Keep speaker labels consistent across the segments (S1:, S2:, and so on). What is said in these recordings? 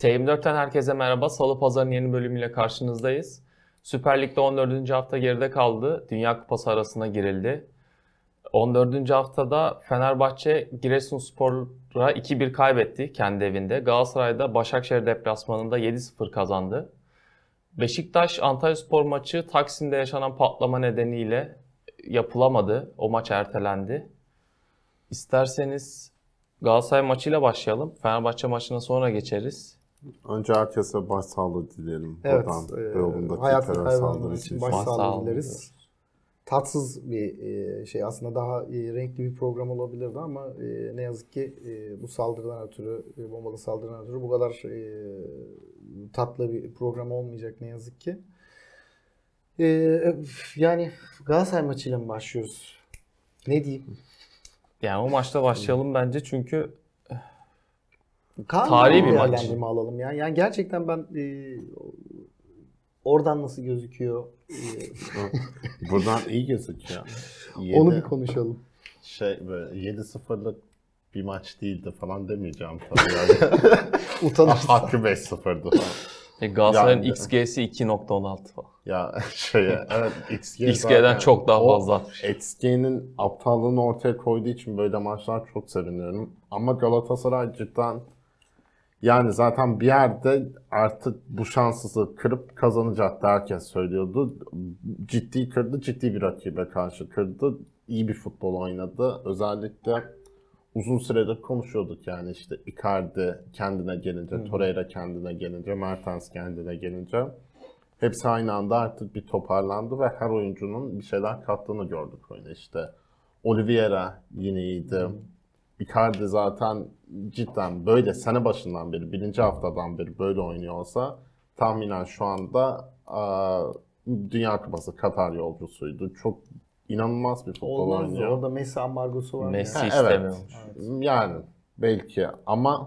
S1: T24'ten herkese merhaba. Salı Pazar'ın yeni bölümüyle karşınızdayız. Süper Lig'de 14. hafta geride kaldı. Dünya Kupası arasına girildi. 14. haftada Fenerbahçe Giresunspor'a 2-1 kaybetti kendi evinde. Galatasaray'da Başakşehir deplasmanında 7-0 kazandı. Beşiktaş Antalyaspor maçı Taksim'de yaşanan patlama nedeniyle yapılamadı. O maç ertelendi. İsterseniz Galatasaray maçıyla başlayalım. Fenerbahçe maçına sonra geçeriz.
S2: Önce herkese başsağlığı dileyelim.
S3: Evet,
S2: Hayatını kaybettiğiniz
S3: için başsağlığı dileriz. Tatsız bir şey, aslında daha renkli bir program olabilirdi ama ne yazık ki bu saldırıdan ötürü, bombalı saldırıdan ötürü bu kadar tatlı bir program olmayacak ne yazık ki. Yani Galatasaray maçıyla mı başlıyoruz? Ne diyeyim?
S1: Yani o maçta başlayalım bence çünkü
S3: Kaan
S1: tarihi bir maç.
S3: Alalım ya. Yani gerçekten ben oradan nasıl gözüküyor?
S2: Buradan iyi gözüküyor.
S3: Onu bir konuşalım.
S2: Böyle 7-0'lık bir maç değildi falan demeyeceğim tabii yani.
S3: Utanırsın.
S2: Hakkı 5-0'dı falan.
S1: Galatasaray'ın XG'si 2.16 falan.
S2: Ya evet
S1: XG'den çok daha fazla atmış.
S2: XG'nin aptallığını ortaya koyduğu için böyle maçlar çok seviniyorum. Ama Galatasaray cidden yani zaten bir yerde artık bu şanssızlığı kırıp kazanacaktı, herkes söylüyordu. Ciddi kırdı, ciddi bir rakibe karşı kırdı. İyi bir futbol oynadı. Özellikle uzun süredir konuşuyorduk yani işte Icardi kendine gelince, Torreira kendine gelince, Mertens kendine gelince hepsi aynı anda artık bir toparlandı ve her oyuncunun bir şeyler kattığını gördük oyuna. İşte Oliveira yine iyiydi. Icardi zaten cidden böyle sene başından beri, birinci haftadan beri böyle oynuyor olsa tahminen şu anda Dünya Kupası Katar yolcusuydu. Çok inanılmaz bir futbol oynuyor.
S3: Orada Messi ambargosu var.
S1: Messi istemiyormuş.
S2: Evet. Yani belki ama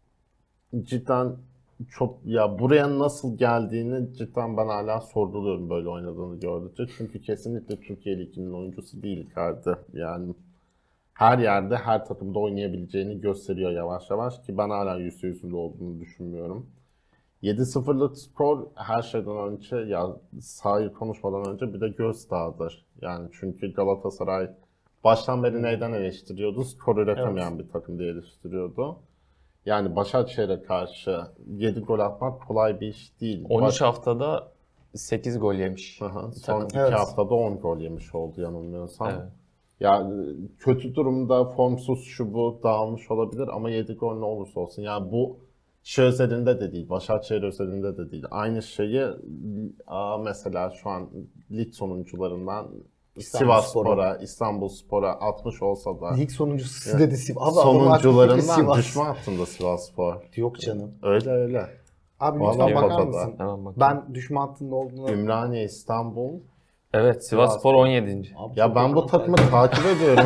S2: cidden çok ya buraya nasıl geldiğini cidden ben hala sorguluyorum böyle oynadığını gördükçe. Çünkü kesinlikle Türkiye Ligi'nin oyuncusu değil Icardi. Yani her yerde, her takımda oynayabileceğini gösteriyor yavaş yavaş ki ben hala %100'ünde olduğunu düşünmüyorum. 7-0'lık skor her şeyden önce, ya sahayı konuşmadan önce bir de gözdağıdır. Yani çünkü Galatasaray baştan beri neyden eleştiriyordu? Skor üretemeyen bir takım diye eleştiriyordu. Yani Başakşehir'e karşı 7 gol atmak kolay bir iş değil.
S1: 13 haftada 8 gol yemiş.
S2: Son 2 haftada 10 gol yemiş oldu yanılmıyorsam.
S1: Evet.
S2: Ya kötü durumda, formsuz, şu bu dağılmış olabilir ama 7 gol ne olursa olsun. Yani bu şey özelinde de değil, Başakşehir özelinde de değil. Aynı şeyi mesela şu an lig sonuncularından Sivasspor'a, İstanbulspor'a atmış olsa da
S3: lig sonuncusu sizde de Sivas.
S2: Sonuncularından düşme hattında Sivasspor.
S3: Yok canım.
S2: Öyle.
S3: Abi lütfen bakar mısın?
S1: Tamam,
S3: ben düşme hattında olduğunu...
S2: Ümraniye, İstanbul.
S1: Evet, Sivasspor 17.
S3: Abi,
S2: ya ben bu takımı takip ediyorum.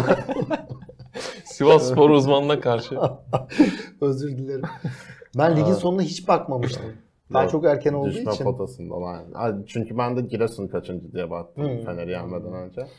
S1: Sivasspor uzmanına karşı.
S3: Özür dilerim. Ben ligin sonuna hiç bakmamıştım. Daha çok erken olduğu için.
S2: Düşme potasında yani. Çünkü ben de Giresun kaçıncı diye baktım Fener'i yenmeden önce.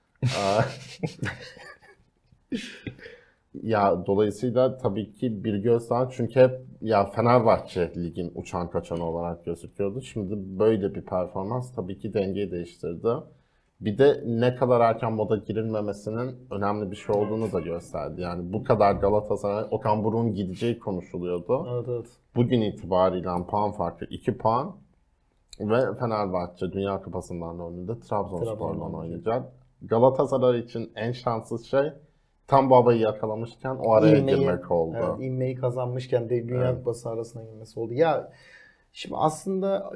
S2: Ya dolayısıyla tabii ki bir gözden, çünkü hep ya Fenerbahçe ligin uçan kaçanı olarak gözüküyordu. Şimdi böyle bir performans tabii ki dengeyi değiştirdi. Bir de ne kadar erken moda girilmemesinin önemli bir şey olduğunu da gösterdi. Yani bu kadar Galatasaray, Okan Buruk'un gideceği konuşuluyordu.
S3: Evet.
S2: Bugün itibariyle puan farkı 2 puan ve Fenerbahçe Dünya Kupası'ndan önünde Trabzonspor'la oynayacak. Galatasaray için en şanssız şey tam bu havayı yakalamışken o araya girmek oldu.
S3: Evet, inmeyi kazanmışken de Dünya Kupası arasına girmesi oldu. Ya şimdi aslında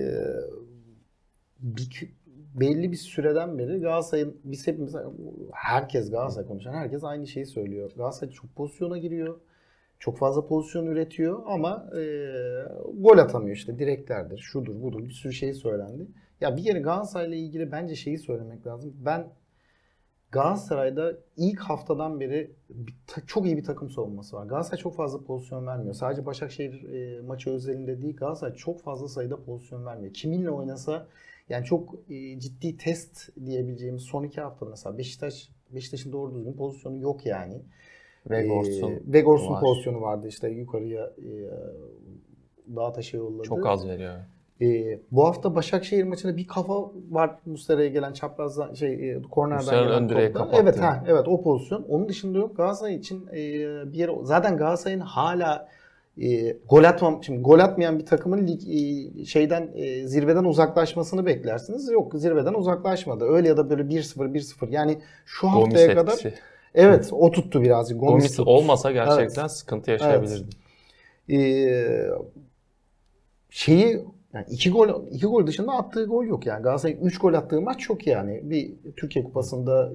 S3: belli bir süreden beri Galatasaray'ın, biz hepimiz, herkes Galatasaray konuşan herkes aynı şeyi söylüyor. Galatasaray çok pozisyona giriyor. Çok fazla pozisyon üretiyor ama gol atamıyor işte. Direklerdir, şudur budur, bir sürü şey söylendi. Ya bir kere Galatasaray'la ilgili bence şeyi söylemek lazım. Ben Galatasaray'da ilk haftadan beri çok iyi bir takım savunması var. Galatasaray çok fazla pozisyon vermiyor. Sadece Başakşehir maçı özelinde değil, Galatasaray çok fazla sayıda pozisyon vermiyor. Kiminle oynasa yani çok ciddi test diyebileceğimiz son 2 hafta mesela Beşiktaş'ın doğru düzgün pozisyonu yok yani.
S1: Vegors'un
S3: pozisyonu vardı işte yukarıya dağa taşa yolladı.
S1: Çok az veriyor.
S3: Bu hafta Başakşehir maçında bir kafa var Muslera'ya gelen çaprazdan kornerden
S1: Muslera'nın
S3: gelen
S1: ön direği
S3: topla.
S1: kapattı.
S3: Evet o pozisyon. Onun dışında yok. Galatasaray için bir yere zaten Galatasaray'ın hala gol atmayan bir takımın zirveden uzaklaşmasını beklersiniz. Yok, zirveden uzaklaşmadı. Öyle ya da böyle 1-0 yani şu haftaya
S1: Gomis
S3: kadar
S1: etkisi.
S3: evet o tuttu birazcık.
S1: Gomis
S3: tuttu.
S1: olmasa gerçekten sıkıntı yaşayabilirdi.
S3: Yani iki gol dışında attığı gol yok yani. Galatasaray'ın 3 gol attığı maç çok yani. Bir Türkiye Kupası'nda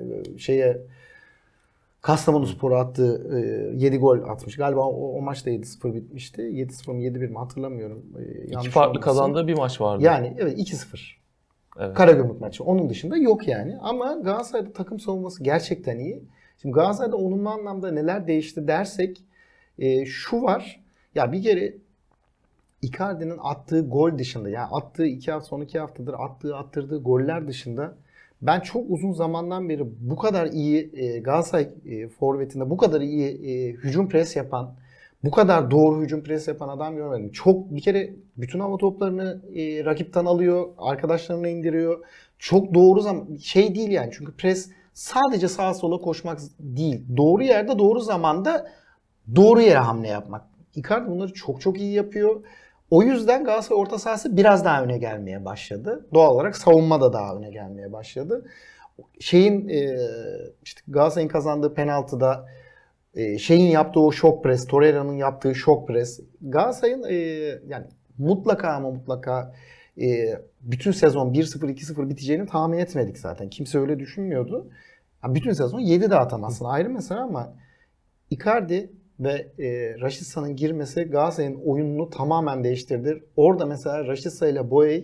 S3: Kastamonuspor'a attığı 7 gol atmış. Galiba o maçta 7-0 bitmişti. 7-0 mı 7-1 mi hatırlamıyorum.
S1: İki farklı kazandığı bir maç vardı.
S3: Yani evet 2-0.
S1: Evet.
S3: Karagümrük maçı. Onun dışında yok yani. Ama Galatasaray'da takım savunması gerçekten iyi. Şimdi Galatasaray'da olumlu anlamda neler değişti dersek şu var. Ya bir kere Icardi'nin attığı gol dışında, yani attığı son 2 haftadır attırdığı goller dışında ben çok uzun zamandan beri bu kadar iyi Galatasaray forvetinde bu kadar iyi hücum pres yapan, bu kadar doğru hücum pres yapan adam görmedim. Çok bir kere bütün hava toplarını rakipten alıyor, arkadaşlarına indiriyor. Çok doğru değil yani. Çünkü pres sadece sağa sola koşmak değil. Doğru yerde, doğru zamanda doğru yere hamle yapmak. Icardi bunları çok çok iyi yapıyor. O yüzden Galatasaray orta sahası biraz daha öne gelmeye başladı. Doğal olarak savunma da daha öne gelmeye başladı. İşte Galatasaray'ın kazandığı penaltıda yaptığı o şok pres, Torreira'nın yaptığı şok pres. Galatasaray'ın yani mutlaka bütün sezon 1-0 2-0 biteceğini tahmin etmedik zaten. Kimse öyle düşünmüyordu. Bütün sezon 7 de atamazsın ayrı mesele ama Icardi ve Rashidsa'nın girmesi Galatasaray'ın oyununu tamamen değiştirdi. Orada mesela Rashica ile Boey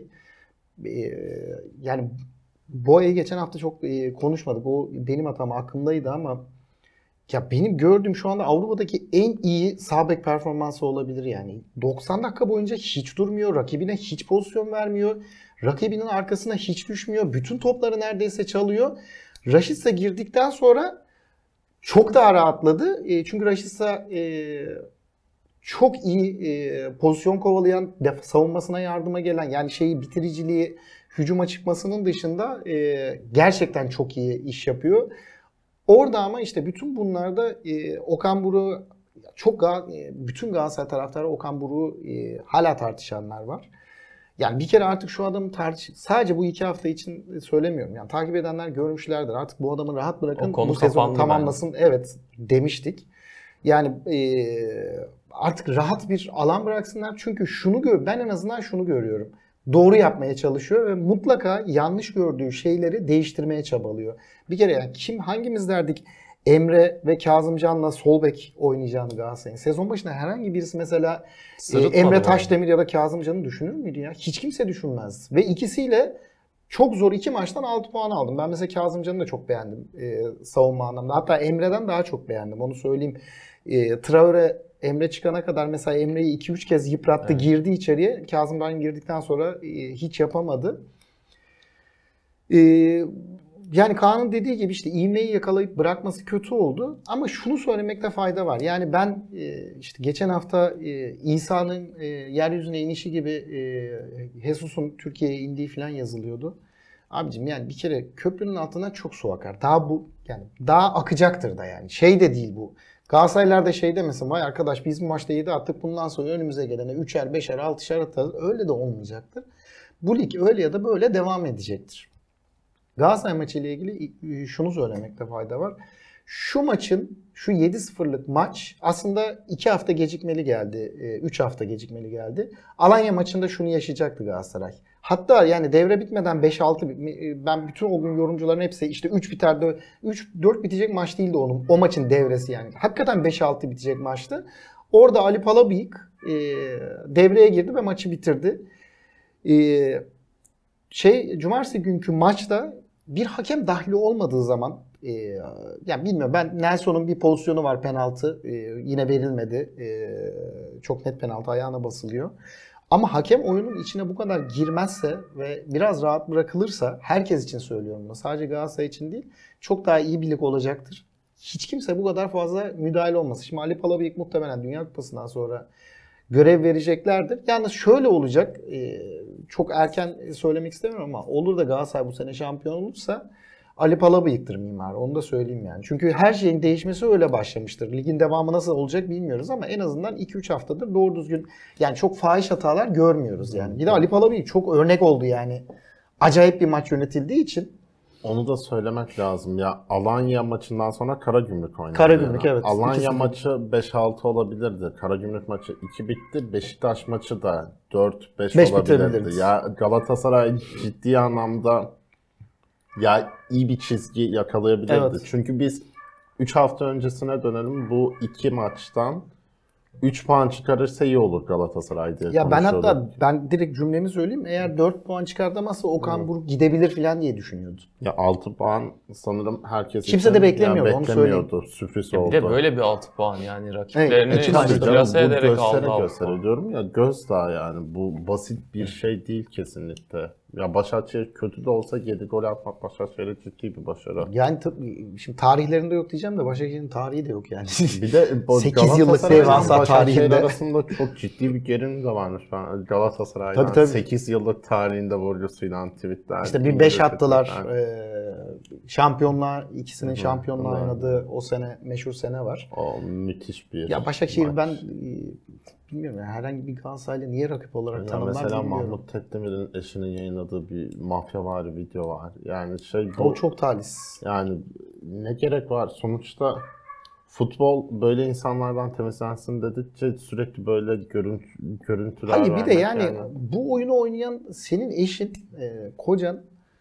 S3: yani Boey'i geçen hafta çok konuşmadık. O benim hatam aklımdaydı ama ya benim gördüğüm şu anda Avrupa'daki en iyi sağ bek performansı olabilir yani. 90 dakika boyunca hiç durmuyor. Rakibine hiç pozisyon vermiyor. Rakibinin arkasına hiç düşmüyor. Bütün topları neredeyse çalıyor. Rashica girdikten sonra çok daha rahatladı. Çünkü Rashica çok iyi pozisyon kovalayan, savunmasına yardıma gelen yani bitiriciliği, hücuma çıkmasının dışında gerçekten çok iyi iş yapıyor. Orada ama işte bütün bunlarda Okan Buruk'u bütün Galatasaray taraftarı Okan Buruk'u hala tartışanlar var. Yani bir kere artık şu adamı sadece bu 2 hafta için söylemiyorum. Yani takip edenler görmüşlerdir. Artık bu adamı rahat bırakın. Bu sezonu tamamlasın. Evet demiştik. Yani artık rahat bir alan bıraksınlar. Çünkü ben en azından şunu görüyorum. Doğru yapmaya çalışıyor ve mutlaka yanlış gördüğü şeyleri değiştirmeye çabalıyor. Bir kere yani hangimiz derdik Emre ve Kazımcan'la sol bek oynayacağını Galatasaray'ın. Sezon başında herhangi birisi mesela Emre Taşdemir ya da Kazımcan'ı düşünür müydü ya? Hiç kimse düşünmez. Ve ikisiyle çok zor 2 maçtan 6 puan aldım. Ben mesela Kazımcan'ı da çok beğendim savunma anlamında. Hatta Emre'den daha çok beğendim. Onu söyleyeyim. Traore Emre çıkana kadar mesela Emre'yi 2-3 kez yıprattı, evet. Girdi içeriye. Kazımcan girdikten sonra hiç yapamadı. Yani Kaan'ın dediği gibi işte ivmeyi yakalayıp bırakması kötü oldu. Ama şunu söylemekte fayda var. Yani ben işte geçen hafta İsa'nın yeryüzüne inişi gibi Jesus'un Türkiye'ye indiği falan yazılıyordu. Abicim yani bir kere köprünün altından çok su akar. Daha akacaktır da yani. De değil bu. Galatasaraylar da demesin vay arkadaş biz bu maçta 7 attık bundan sonra önümüze gelene 3'er 5'er 6'şer atarız. Öyle de olmayacaktır. Bu lig öyle ya da böyle devam edecektir. Galatasaray maçı ile ilgili şunu söylemekte fayda var. Şu 7-0'lık maç aslında 2 hafta gecikmeli geldi. 3 hafta gecikmeli geldi. Alanya maçında şunu yaşayacaktı Galatasaray. Hatta yani devre bitmeden 5-6 ben bütün o gün yorumcuların hepsi işte 3 biter 3-4 bitecek maç değildi o maçın devresi yani. Hakikaten 5-6 bitecek maçtı. Orada Ali Palabıyık devreye girdi ve maçı bitirdi. Cumartesi günkü maçta bir hakem dahli olmadığı zaman yani bilmiyorum ben Nelson'un bir pozisyonu var penaltı yine verilmedi. Çok net penaltı ayağına basılıyor. Ama hakem oyunun içine bu kadar girmezse ve biraz rahat bırakılırsa herkes için söylüyorum bunu. Sadece Galatasaray için değil. Çok daha iyi bir lig olacaktır. Hiç kimse bu kadar fazla müdahale olmasın. Şimdi Ali Palabıyık muhtemelen Dünya Kupası'ndan sonra görev vereceklerdir. Yalnız şöyle olacak. Çok erken söylemek istemiyorum ama olur da Galatasaray bu sene şampiyon olursa Ali Palabıyık'tır mimar. Onu da söyleyeyim yani. Çünkü her şeyin değişmesi öyle başlamıştır. Ligin devamı nasıl olacak bilmiyoruz ama en azından 2-3 haftadır doğru düzgün yani çok fahiş hatalar görmüyoruz yani. Bir de Ali Palabıyık çok örnek oldu yani. Acayip bir maç yönetildiği için.
S2: Onu da söylemek lazım. Ya Alanya maçından sonra Karagümrük oynadı.
S3: Karagümrük, evet.
S2: Alanya
S3: 2-0.
S2: maçı 5-6 olabilirdi. Karagümrük maçı 2 bitti. Beşiktaş maçı da 4-5
S3: 5
S2: olabilirdi.
S3: bitebilirdi.
S2: Ya Galatasaray ciddi anlamda ya iyi bir çizgi yakalayabilirdi.
S3: Evet.
S2: Çünkü biz 3 hafta öncesine dönelim. Bu 2 maçtan 3 puan çıkarırsa iyi olur Galatasaray diye
S3: Ya ben
S2: konuşuyorduk.
S3: hatta direkt cümlemi söyleyeyim. Eğer 4 puan çıkartamazsa Okan Buruk gidebilir falan diye düşünüyordum.
S2: Ya 6 puan sanırım herkes
S3: Kimse
S2: için
S3: de beklemiyordu, onu
S2: beklemiyordu. Sürpriz
S1: Bir
S2: oldu.
S1: de böyle bir 6 puan yani rakiplerini
S3: iki maçta
S2: Tabii canım,
S1: piyasa
S2: bu
S1: ederek aldı.
S2: göstere
S1: 6
S2: göstere
S1: puan.
S2: diyorum ya, gözdağı yani. Bu basit bir şey değil kesinlikle. Ya Başakşehir kötü de olsa 7 gol atmak Başakşehir'e ciddi bir başarı.
S3: Yani şimdi tarihlerinde yok diyeceğim de Başakşehir'in tarihi de yok yani.
S2: Bir de bu
S3: 8 yıllık
S2: Galatasaray ile
S3: devasa
S2: Başakşehir
S3: tarihinde.
S2: arasında çok ciddi bir gerilim de varmış. Ben Galatasaray'dan
S3: Tabii.
S2: 8 yıllık tarihinde volüsüyle tweetler.
S3: İşte bir 5 attılar. Şampiyonlar, ikisinin şampiyonluğa oynadığı o sene, meşhur sene var.
S2: O müthiş bir
S3: Ya Başakşehir
S2: maç.
S3: ben bilmiyorum yani herhangi bir Galatasaraylı niye rakip olarak
S2: Ya
S3: tanımlar
S2: mesela
S3: bilmiyorum.
S2: Mahmut Tekdemir'in eşinin yayınladığı bir mafyavari video var. Yani şey bu,
S3: O çok talihsiz.
S2: yani ne gerek var? Sonuçta futbol böyle insanlardan temizlensin dedikçe sürekli böyle görüntüler
S3: Hayır bir de
S2: vermek
S3: yani bu oyunu oynayan senin eşin, kocan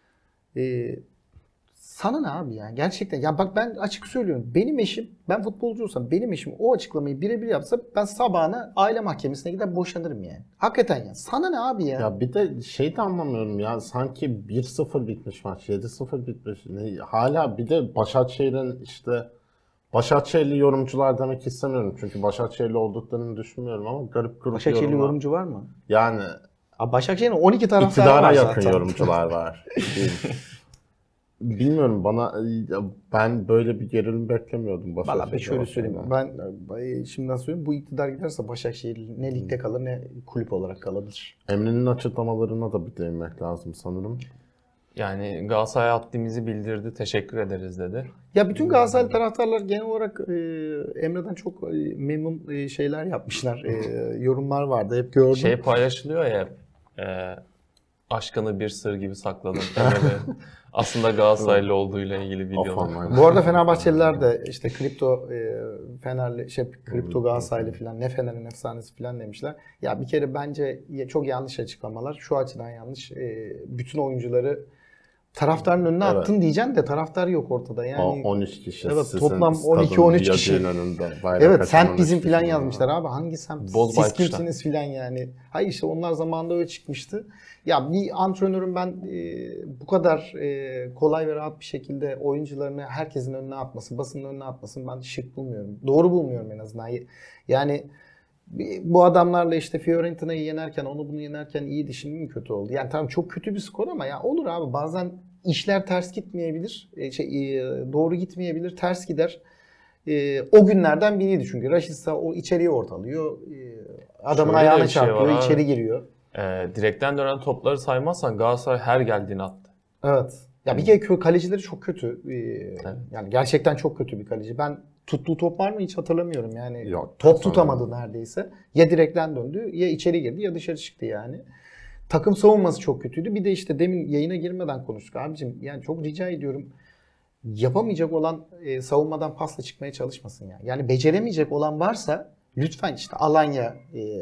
S3: sana ne abi yani gerçekten. Ya bak ben açık söylüyorum. Benim eşim, ben futbolcu olsam benim eşim o açıklamayı birebir yapsa ben sabahına aile mahkemesine gider boşanırım yani. Hakikaten ya. Sana ne abi ya?
S2: Ya bir de şey de anlamıyorum ya, sanki 1-0 bitmiş maç, 7-0 bitmiş. Hala bir de Başakşehir'in işte Başakşehirli yorumcular demek istemiyorum çünkü Başakşehirli olduklarını düşünmüyorum ama garip grup
S3: Başakşehirli yorumcu var mı?
S2: Yani
S3: Abi Başakşehir'in 12 taraftarı
S2: iktidara
S3: var
S2: yakın
S3: zaten.
S2: yorumcular var. Bilmiyorum, ben böyle bir gerilim beklemiyordum
S3: Valla ben
S2: Başakşehir
S3: şöyle söyleyeyim.
S2: tarafından.
S3: Ben şimdiden söyleyeyim. Bu iktidar giderse Başakşehir ne ligde kalır ne kulüp olarak kalabilir.
S2: Emre'nin açıklamalarına da bir değinmek lazım sanırım.
S1: Yani Galatasaray haddimizi bildirdi, teşekkür ederiz dedi.
S3: Ya bütün Galatasaray taraftarlar genel olarak Emre'den çok memnun şeyler yapmışlar. Yorumlar vardı. Hep gördüm.
S1: Şey paylaşılıyor ya, aşkını bir sır gibi sakladım. Emre'nin aslında Galatasaraylı olduğuyla ilgili videolar.
S3: Bu arada Fenerbahçeliler de işte kripto Fenerli kripto Galatasaraylı falan ne Fener'in efsanesi falan demişler. Ya bir kere bence çok yanlış açıklamalar. Şu açıdan yanlış. Bütün oyuncuları taraftarın önüne
S2: Evet.
S3: attın diyeceksin de taraftar yok ortada. Yani
S2: 13 kişi.
S3: Evet,
S2: sizin
S3: toplam
S2: stadın
S3: 12-13 kişi.
S2: yazının önünde bayrak
S3: evet
S2: açan
S3: semt
S2: 13
S3: bizim
S2: kişi
S3: filan
S2: var.
S3: yazmışlar abi. Hangi semt?
S1: Boz
S3: Siz
S1: baykuşlar.
S3: kimsiniz filan yani. Hayır işte onlar zamanında öyle çıkmıştı. Ya bir antrenörün ben bu kadar kolay ve rahat bir şekilde oyuncularını herkesin önüne atması, basının önüne atmasını ben şık bulmuyorum. Doğru bulmuyorum en azından. Yani bu adamlarla işte Fiorentina'yı yenerken, onu bunu yenerken iyiydi, şimdi mi kötü oldu? Yani tamam çok kötü bir skor ama ya olur abi bazen işler ters gitmeyebilir, doğru gitmeyebilir, ters gider. O günlerden biriydi çünkü. Rashica o içeriye ortalıyor, adamın
S1: Şöyle de
S3: ayağına
S1: bir şey var
S3: çarpıyor,
S1: abi.
S3: içeri giriyor.
S1: Direkten dönen topları saymazsan Galatasaray her geldiğini attı.
S3: Evet. Ya bir kere kalecileri çok kötü. Yani gerçekten çok kötü bir kaleci. Ben tuttuğu top var mı hiç hatırlamıyorum yani.
S2: Yok,
S3: Top tutamadı neredeyse. Ya direkten döndü, ya içeri girdi ya dışarı çıktı yani. Takım savunması çok kötüydü. Bir de işte demin yayına girmeden konuştuk abicim. Yani çok rica ediyorum. Yapamayacak olan savunmadan pasla çıkmaya çalışmasın yani. Yani beceremeyecek olan varsa lütfen işte Alanya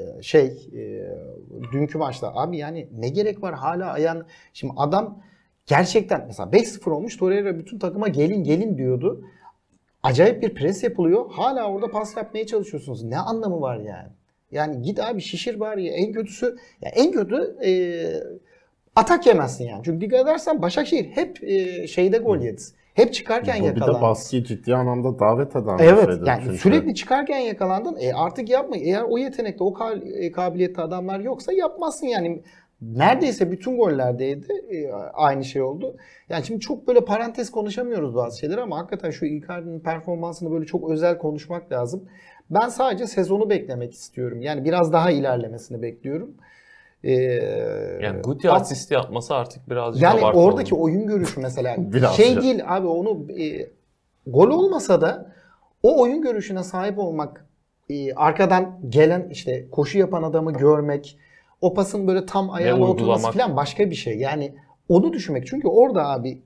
S3: dünkü maçta abi yani ne gerek var hala ayağın. Şimdi adam gerçekten mesela 5-0 olmuş, Torreira bütün takıma gelin diyordu. Acayip bir pres yapılıyor. Hala orada pas yapmaya çalışıyorsunuz. Ne anlamı var yani? Yani git abi şişir bari. En kötüsü en kötü atak yemezsin yani. Çünkü dikkat edersen Başakşehir hep şeyde gol yedi. Hep çıkarken
S2: Bu bir
S3: yakalandı.
S2: de baskıyı ciddi anlamda davet eden bir
S3: Evet
S2: şeydir
S3: yani
S2: çünkü.
S3: sürekli çıkarken yakalandın. Artık yapma. Eğer o yetenekte, o kabiliyette adamlar yoksa yapmazsın yani. Neredeyse bütün gollerdeydi. Aynı şey oldu. Yani şimdi çok böyle parantez konuşamıyoruz bazı şeyler ama hakikaten şu Icardi'nin performansını böyle çok özel konuşmak lazım. Ben sadece sezonu beklemek istiyorum. Yani biraz daha ilerlemesini bekliyorum.
S1: Yani Guti asisti yapması artık birazcık
S3: yani
S1: abartı
S3: oradaki
S1: oldu.
S3: oyun görüşü mesela
S2: Biraz
S3: şey
S2: ya.
S3: değil abi, onu gol olmasa da o oyun görüşüne sahip olmak, arkadan gelen işte koşu yapan adamı görmek, o pasın böyle tam ayağına oturması
S1: uygulamak.
S3: falan başka bir şey. Yani onu düşünmek. Çünkü orada abi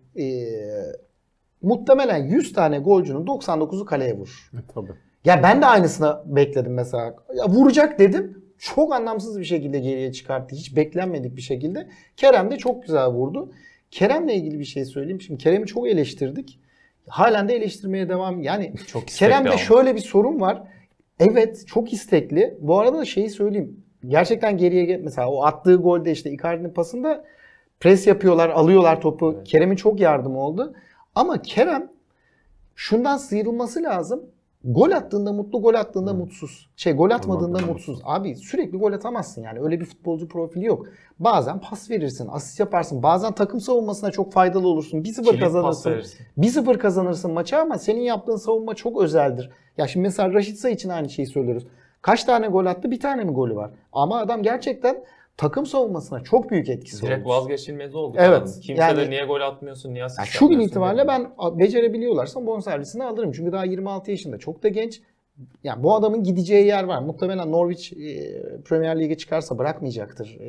S3: muhtemelen 100 tane golcünün 99'u kaleye vurur.
S2: Tabii.
S3: Ya ben de aynısını bekledim mesela. Ya vuracak dedim. Çok anlamsız bir şekilde geriye çıkarttı. Hiç beklenmedik bir şekilde. Kerem de çok güzel vurdu. Kerem'le ilgili bir şey söyleyeyim. Şimdi Kerem'i çok eleştirdik. Halen de eleştirmeye devam. Yani
S1: Çok istekli
S3: Kerem'de
S1: ama.
S3: şöyle bir sorun var. Evet, çok istekli. Bu arada da şeyi söyleyeyim. Gerçekten geriye mesela o attığı golde işte Icardi'nin pasında pres yapıyorlar, alıyorlar topu.
S1: Evet.
S3: Kerem'in çok yardımı oldu. Ama Kerem şundan sıyrılması lazım. Gol attığında mutlu, gol attığında mutsuz. Gol atmadığında mutsuz. Abi sürekli gol atamazsın yani. Öyle bir futbolcu profili yok. Bazen pas verirsin, asist yaparsın. Bazen takım savunmasına çok faydalı olursun. 1-0
S1: Kilit pas
S3: kazanırsın.
S1: verirsin.
S3: 1-0 kazanırsın maçı ama senin yaptığın savunma çok özeldir. Ya şimdi mesela Rashica için aynı şeyi söylüyoruz. Kaç tane gol attı? Bir tane mi golü var? Ama adam gerçekten takım savunmasına çok büyük etkisi
S1: Direkt
S3: olmuş.
S1: vazgeçilmez oldu.
S3: Evet,
S1: Yani. Kimse
S3: yani-
S1: de niye gol atmıyorsun, niye asist
S3: Yani şu gün
S1: yapmıyorsun
S3: itibariyle
S1: demiyor.
S3: ben becerebiliyorlarsa bonservisini alırım. Çünkü daha 26 yaşında. Çok da genç. Yani bu adamın gideceği yer var. Muhtemelen Norwich Premier Lig'e çıkarsa bırakmayacaktır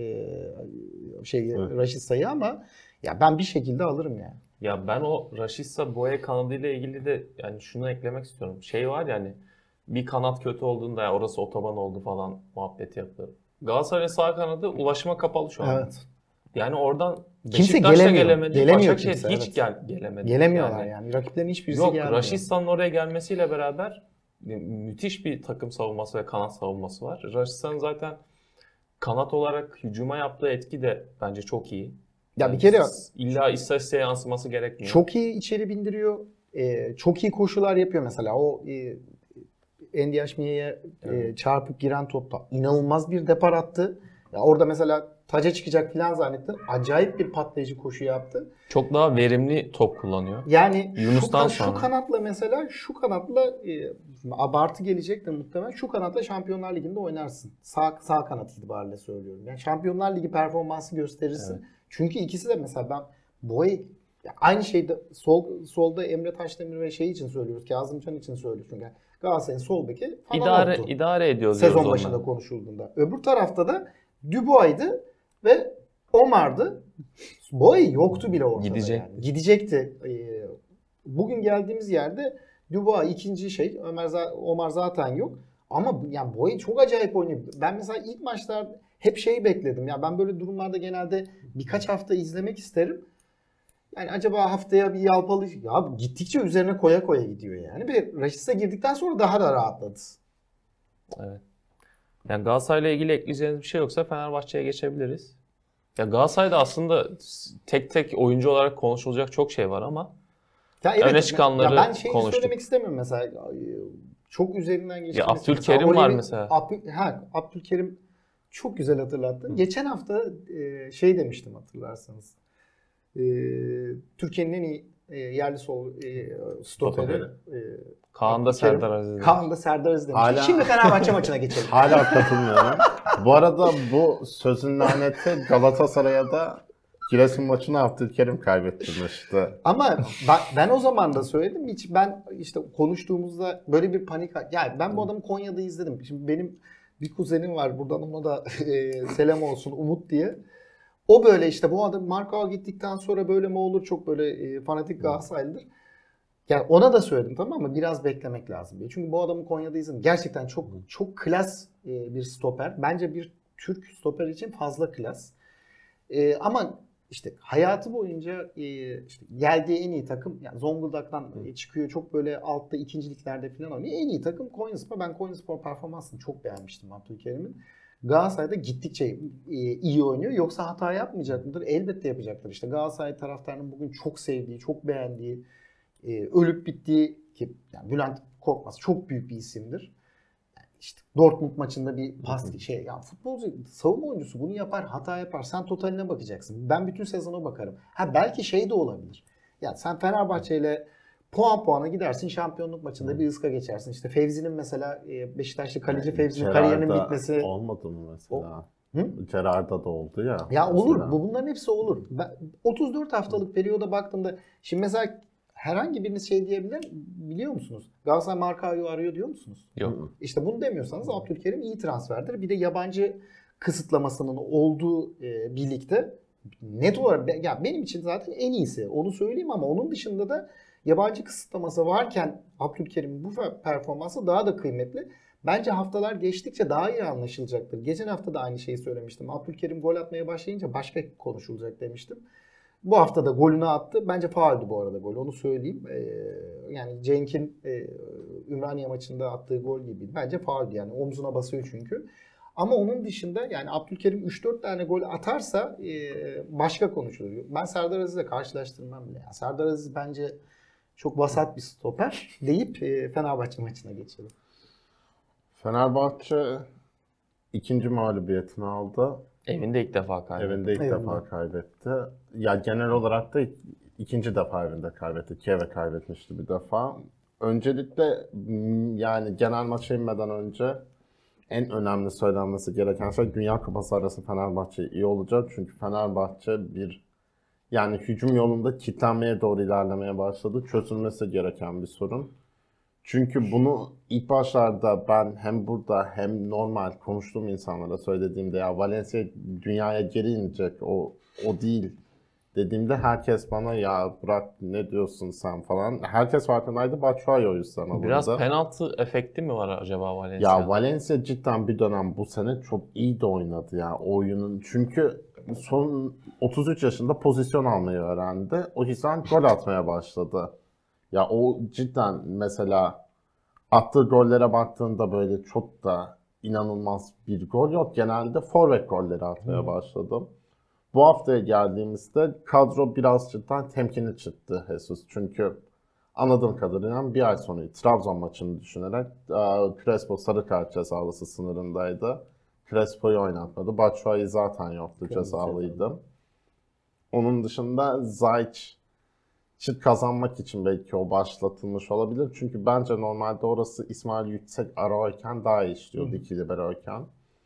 S2: Evet.
S3: Rashica'yı ama ya ben bir şekilde alırım yani.
S1: Ya ben o Rashica Boye kanadıyla ilgili de yani şunu eklemek istiyorum. Şey var yani bir kanat kötü olduğunda ya orası otoban oldu falan muhabbeti yapılır. Galatasaray'ın sağ kanadı ulaşıma kapalı şu an.
S3: Evet.
S1: Yani oradan
S3: Kimse
S1: Beşiktaş da
S3: gelemiyor.
S1: gelemedi.
S3: Gelemiyor
S1: Başakşehir
S3: kimse,
S1: hiç
S3: evet.
S1: gelemedi.
S3: Gelemiyorlar yani. Rakiplerin hiçbirisi
S1: Yok,
S3: gelmiyor.
S1: Rashica'nın oraya gelmesiyle beraber müthiş bir takım savunması ve kanat savunması var. Rashica'nın zaten kanat olarak hücuma yaptığı etki de bence çok iyi.
S3: Ya bir kere
S1: illa istatistiğe yansıması gerekmiyor.
S3: çok iyi içeri bindiriyor. Çok iyi koşular yapıyor mesela. O Endiaşmiye'ye çarpıp giren topta inanılmaz bir depar attı. Ya orada mesela taca çıkacak falan zannettin. Acayip bir patlayıcı koşu yaptı.
S1: Çok daha verimli top kullanıyor.
S3: Yani
S1: Yunus'tan
S3: şu
S1: sonra.
S3: kanatla mesela şu kanatla abartı gelecek de muhtemelen şu kanatla Şampiyonlar Ligi'nde oynarsın. Sağ kanat itibariyle söylüyorum. Yani Şampiyonlar Ligi performansı gösterirsin.
S1: Evet.
S3: Çünkü ikisi de mesela ben aynı şeyde solda Emre Taşdemir ve şey için söylüyoruz. Kazımcan için söylüyoruz. Yani Galatasaray'ın sol beki falan oldu.
S1: İdare ediyoruz.
S3: Sezon
S1: diyoruz
S3: başında
S1: onları.
S3: konuşulduğunda. Öbür tarafta da Dubois'ydı ve Omar'dı. Boye yoktu bile ortada.
S1: Gidecek.
S3: Yani. Gidecekti. Bugün geldiğimiz yerde Dubois ikinci Omar zaten yok. Ama yani Boye çok acayip oynuyor. Ben mesela ilk maçlar hep şeyi bekledim. Ya ben böyle durumlarda genelde birkaç hafta izlemek isterim. Yani acaba haftaya bir yalpalı... Ya gittikçe üzerine koya koya gidiyor yani. Bir Rashica girdikten sonra daha da rahatladı.
S1: Evet. Yani Galatasaray'la ilgili ekleyeceğiniz bir şey yoksa Fenerbahçe'ye geçebiliriz. Ya Galatasaray'da aslında tek tek oyuncu olarak konuşulacak çok şey var ama
S3: Ya
S1: öne çıkanları
S3: ben şeyi
S1: konuştuk.
S3: söylemek istemiyorum mesela. Çok üzerinden geçti.
S1: Ya Abdülkerim var mesela.
S3: Abdülkerim çok güzel hatırlattın. Geçen hafta şey demiştim hatırlarsanız. Türkiye'nin en iyi yerli sol stoperi.
S1: Kaan da
S3: Abdülkerim.
S1: Serdar Aziz.
S3: Kaan da Serdar Aziz demiştim.
S2: Hala-
S3: Şimdi Fenerbahçe maçına geçelim.
S2: Hala katılmıyorum. Bu arada bu sözün laneti Galatasaray'a da Giresun maçını Abdülkerim kaybettirmişti.
S3: Ama ben o zaman da söyledim. Ben işte konuştuğumuzda böyle bir panik... Yani ben bu adamı Konya'da izledim. Şimdi benim bir kuzenim var. Buradan ona da selam olsun, Umut diye. O böyle işte bu adam Markao gittikten sonra böyle mi olur? Çok böyle fanatik Galatasaraylıdır. Yani ona da söyledim, tamam mı? Biraz beklemek lazım diye. Çünkü bu adamı Konya'da izledim. Gerçekten çok klas bir stoper. Bence bir Türk stoper için fazla klas. Ama işte hayatı boyunca işte geldiği en iyi takım yani Zonguldak'tan çıkıyor. Çok böyle altta ikinciliklerde falan oynuyor. En iyi takım Konyaspor. Ben Konyaspor performansını çok beğenmiştim Abdülkerim'in. Galatasaray'da gittikçe iyi oynuyor. Yoksa hata yapmayacak mıdır? Elbette yapacaktır. İşte Galatasaray taraftarının bugün çok sevdiği, çok beğendiği, ölüp bittiği ki yani Bülent Korkmaz çok büyük bir isimdir. Yani işte Dortmund maçında bir pas ya futbolcu, savunma oyuncusu bunu yapar, hata yapar. Sen totaline bakacaksın. Ben bütün sezona bakarım. Belki şey de olabilir. Ya sen Fenerbahçe ile puan puana gidersin, şampiyonluk maçında bir ıska geçersin. İşte Fevzi'nin mesela Beşiktaşlı kaleci Fevzi'nin kariyerinin bitmesi.
S2: Olmadı mı mesela?
S3: Hı?
S2: Gerard'da da oldu ya.
S3: Ya
S2: mesela.
S3: olur. Bunların hepsi olur. Ben 34 haftalık periyoda baktığımda şimdi mesela herhangi biriniz şey diyebilir biliyor musunuz? Galatasaray Markao'yu arıyor diyor musunuz?
S1: Yok.
S3: İşte bunu demiyorsanız Abdülkerim iyi transferdir. Bir de yabancı kısıtlamasının olduğu birlikte net olarak ya benim için zaten en iyisi. Onu söyleyeyim ama onun dışında da yabancı kısıtlaması varken Abdülkerim'in bu performansı daha da kıymetli. Bence haftalar geçtikçe daha iyi anlaşılacaktır. Geçen hafta da aynı şeyi söylemiştim. Abdülkerim gol atmaya başlayınca başka konuşulacak demiştim. Bu hafta da golünü attı. Bence fauldü bu arada gol. Onu söyleyeyim. Yani Cenk'in Ümraniye maçında attığı gol gibi. Bence fauldü yani. Omzuna basıyor çünkü. Ama onun dışında yani Abdülkerim 3-4 tane gol atarsa başka konuşulur. Ben Serdar Aziz'le karşılaştırmam bile. Yani Serdar Aziz bence çok vasat bir stoper deyip Fenerbahçe maçına geçelim.
S2: Fenerbahçe ikinci mağlubiyetini aldı.
S1: Evinde ilk defa kaybetti.
S2: Evinde ilk defa kaybetti. Ya genel olarak da ikinci defa evinde kaybetti. Kiev'e kaybetmişti bir defa. Öncelikle yani genel maça inmeden önce en önemli söylenmesi gereken şey Dünya Kupası arası Fenerbahçe iyi olacak. Çünkü Fenerbahçe yani hücum yolunda kitlenmeye doğru ilerlemeye başladı. Çözülmesi gereken bir sorun. Çünkü bunu ilk başlarda ben hem burada hem normal konuştuğum insanlara söylediğimde ya Valencia dünyaya geri inecek o değil dediğimde herkes bana ya bırak ne diyorsun sen falan. Herkes farkındaydı. Batshuayi o yüzden alındı.
S1: Biraz penaltı efekti mi var acaba Valencia'da?
S2: Ya Valencia cidden bir dönem bu sene çok iyi de oynadı ya o oyunun. Çünkü son 33 yaşında pozisyon almayı öğrendi. O yüzden gol atmaya başladı. Ya o cidden mesela attığı gollere baktığında böyle çok da inanılmaz bir gol yok. Genelde forvet golleri atmaya başladı. Bu haftaya geldiğimizde kadro biraz cidden temkinli çıktı Jesus. Çünkü anladığım kadarıyla bir ay sonra Trabzon maçını düşünerek Crespo sarı kart cezalısı sınırındaydı. Crespo'yu oynatmadı. Batshuayi zaten yoktu, cezalıydı. Onun dışında Zayç kazanmak için belki o başlatılmış olabilir. Çünkü bence normalde orası İsmail Yüksek arayken daha iyi işliyordu, iki liberoyken.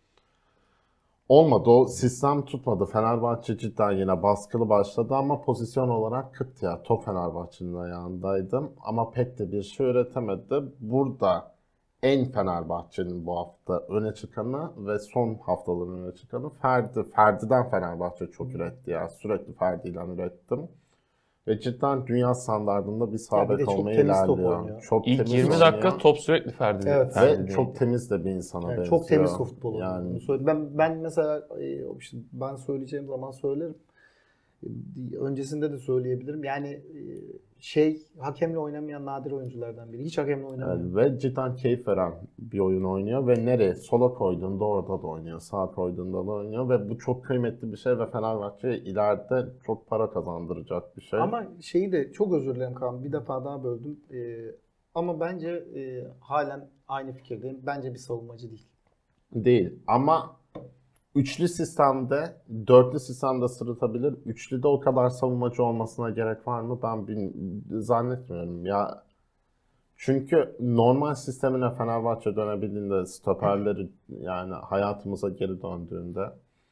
S2: Olmadı, o sistem tutmadı. Fenerbahçe cidden yine baskılı başladı ama pozisyon olarak kıt ya. Top Fenerbahçe'nin ayağındaydı ama pek de bir şey üretemedi. Burada en Fenerbahçe'nin bu hafta öne çıkanı ve son haftaların öne çıkanı Ferdi. Ferdi'den Fenerbahçe çok üretti ya. Sürekli Ferdi'yle ürettim. Ve cidden dünya standartında bir sağ bek olmaya ilerliyor.
S1: Çok İlk temiz 20 dakika oynuyor. Top sürekli Ferdi.
S3: Evet.
S2: Ve çok temiz de bir insana benziyor.
S3: Çok temiz futbol.
S2: Yani.
S3: Ben mesela işte ben söyleyeceğim zaman söylerim. Öncesinde de söyleyebilirim. Yani hakemle oynamayan nadir oyunculardan biri. Hiç hakemle oynamıyor.
S2: Ve cidden keyif veren bir oyun oynuyor ve nereye sola koyduğunda orada da oynuyor, sağa koyduğunda da oynuyor ve bu çok kıymetli bir şey ve Fenerbahçe ileride çok para kazandıracak bir şey.
S3: Ama şeyi de çok özür dilerim Kaan, bir defa daha böldüm. Ama bence halen aynı fikirdeyim. Bence bir savunmacı değil.
S2: Değil ama üçlü sistemde, dörtlü sistemde sırıtabilir. Üçlüde o kadar savunmacı olmasına gerek var mı? Ben zannetmiyorum ya. Çünkü normal sistemine Fenerbahçe dönebildiğinde, stoperleri yani hayatımıza geri döndüğünde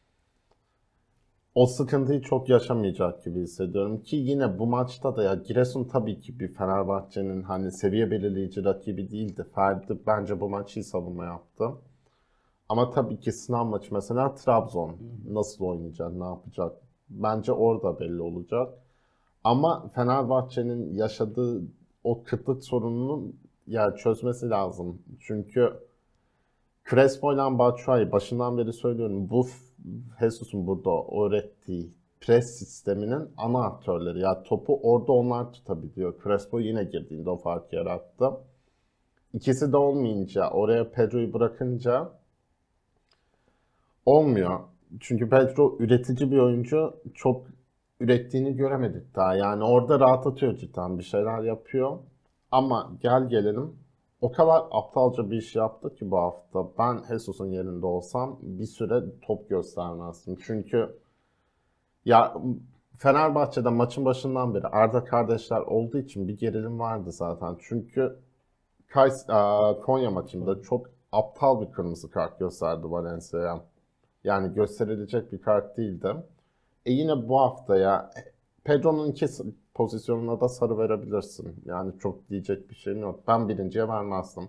S2: o sıkıntıyı çok yaşamayacak gibi hissediyorum ki yine bu maçta da ya Giresun tabii ki bir Fenerbahçe'nin hani seviye belirleyici rakibi değildi. Ferdi bence bu maçı iyi savunma yaptı. Ama tabii ki sınav maçı mesela Trabzon nasıl oynayacak, ne yapacak? Bence orada belli olacak. Ama Fenerbahçe'nin yaşadığı o kıtlık sorununu ya çözmesi lazım. Çünkü Crespo ile Batshuayi başından beri söylüyorum bu Jesus'un burada öğrettiği pres sisteminin ana aktörleri. Ya topu orada onlar tutabiliyor. Crespo yine girdiğinde o farkı yarattı. İkisi de olmayınca oraya Pedro'yu bırakınca olmuyor. Çünkü Pedro üretici bir oyuncu. Çok ürettiğini göremedik daha. Yani orada rahat atıyor cidden. Bir şeyler yapıyor. Ama gelelim. O kadar aptalca bir iş yaptı ki bu hafta. Ben Jesus'un yerinde olsam bir süre top göstermezdim. Çünkü ya Fenerbahçe'de maçın başından beri Arda kardeşler olduğu için bir gerilim vardı zaten. Çünkü Konya maçında çok aptal bir kırmızı kart gösterdi Valencia'ya. Yani gösterilecek bir kart değildi. Yine bu haftaya Pedro'nun iki pozisyonuna da sarı verebilirsin. Yani çok diyecek bir şeyim yok. Ben birinciye vermezdim.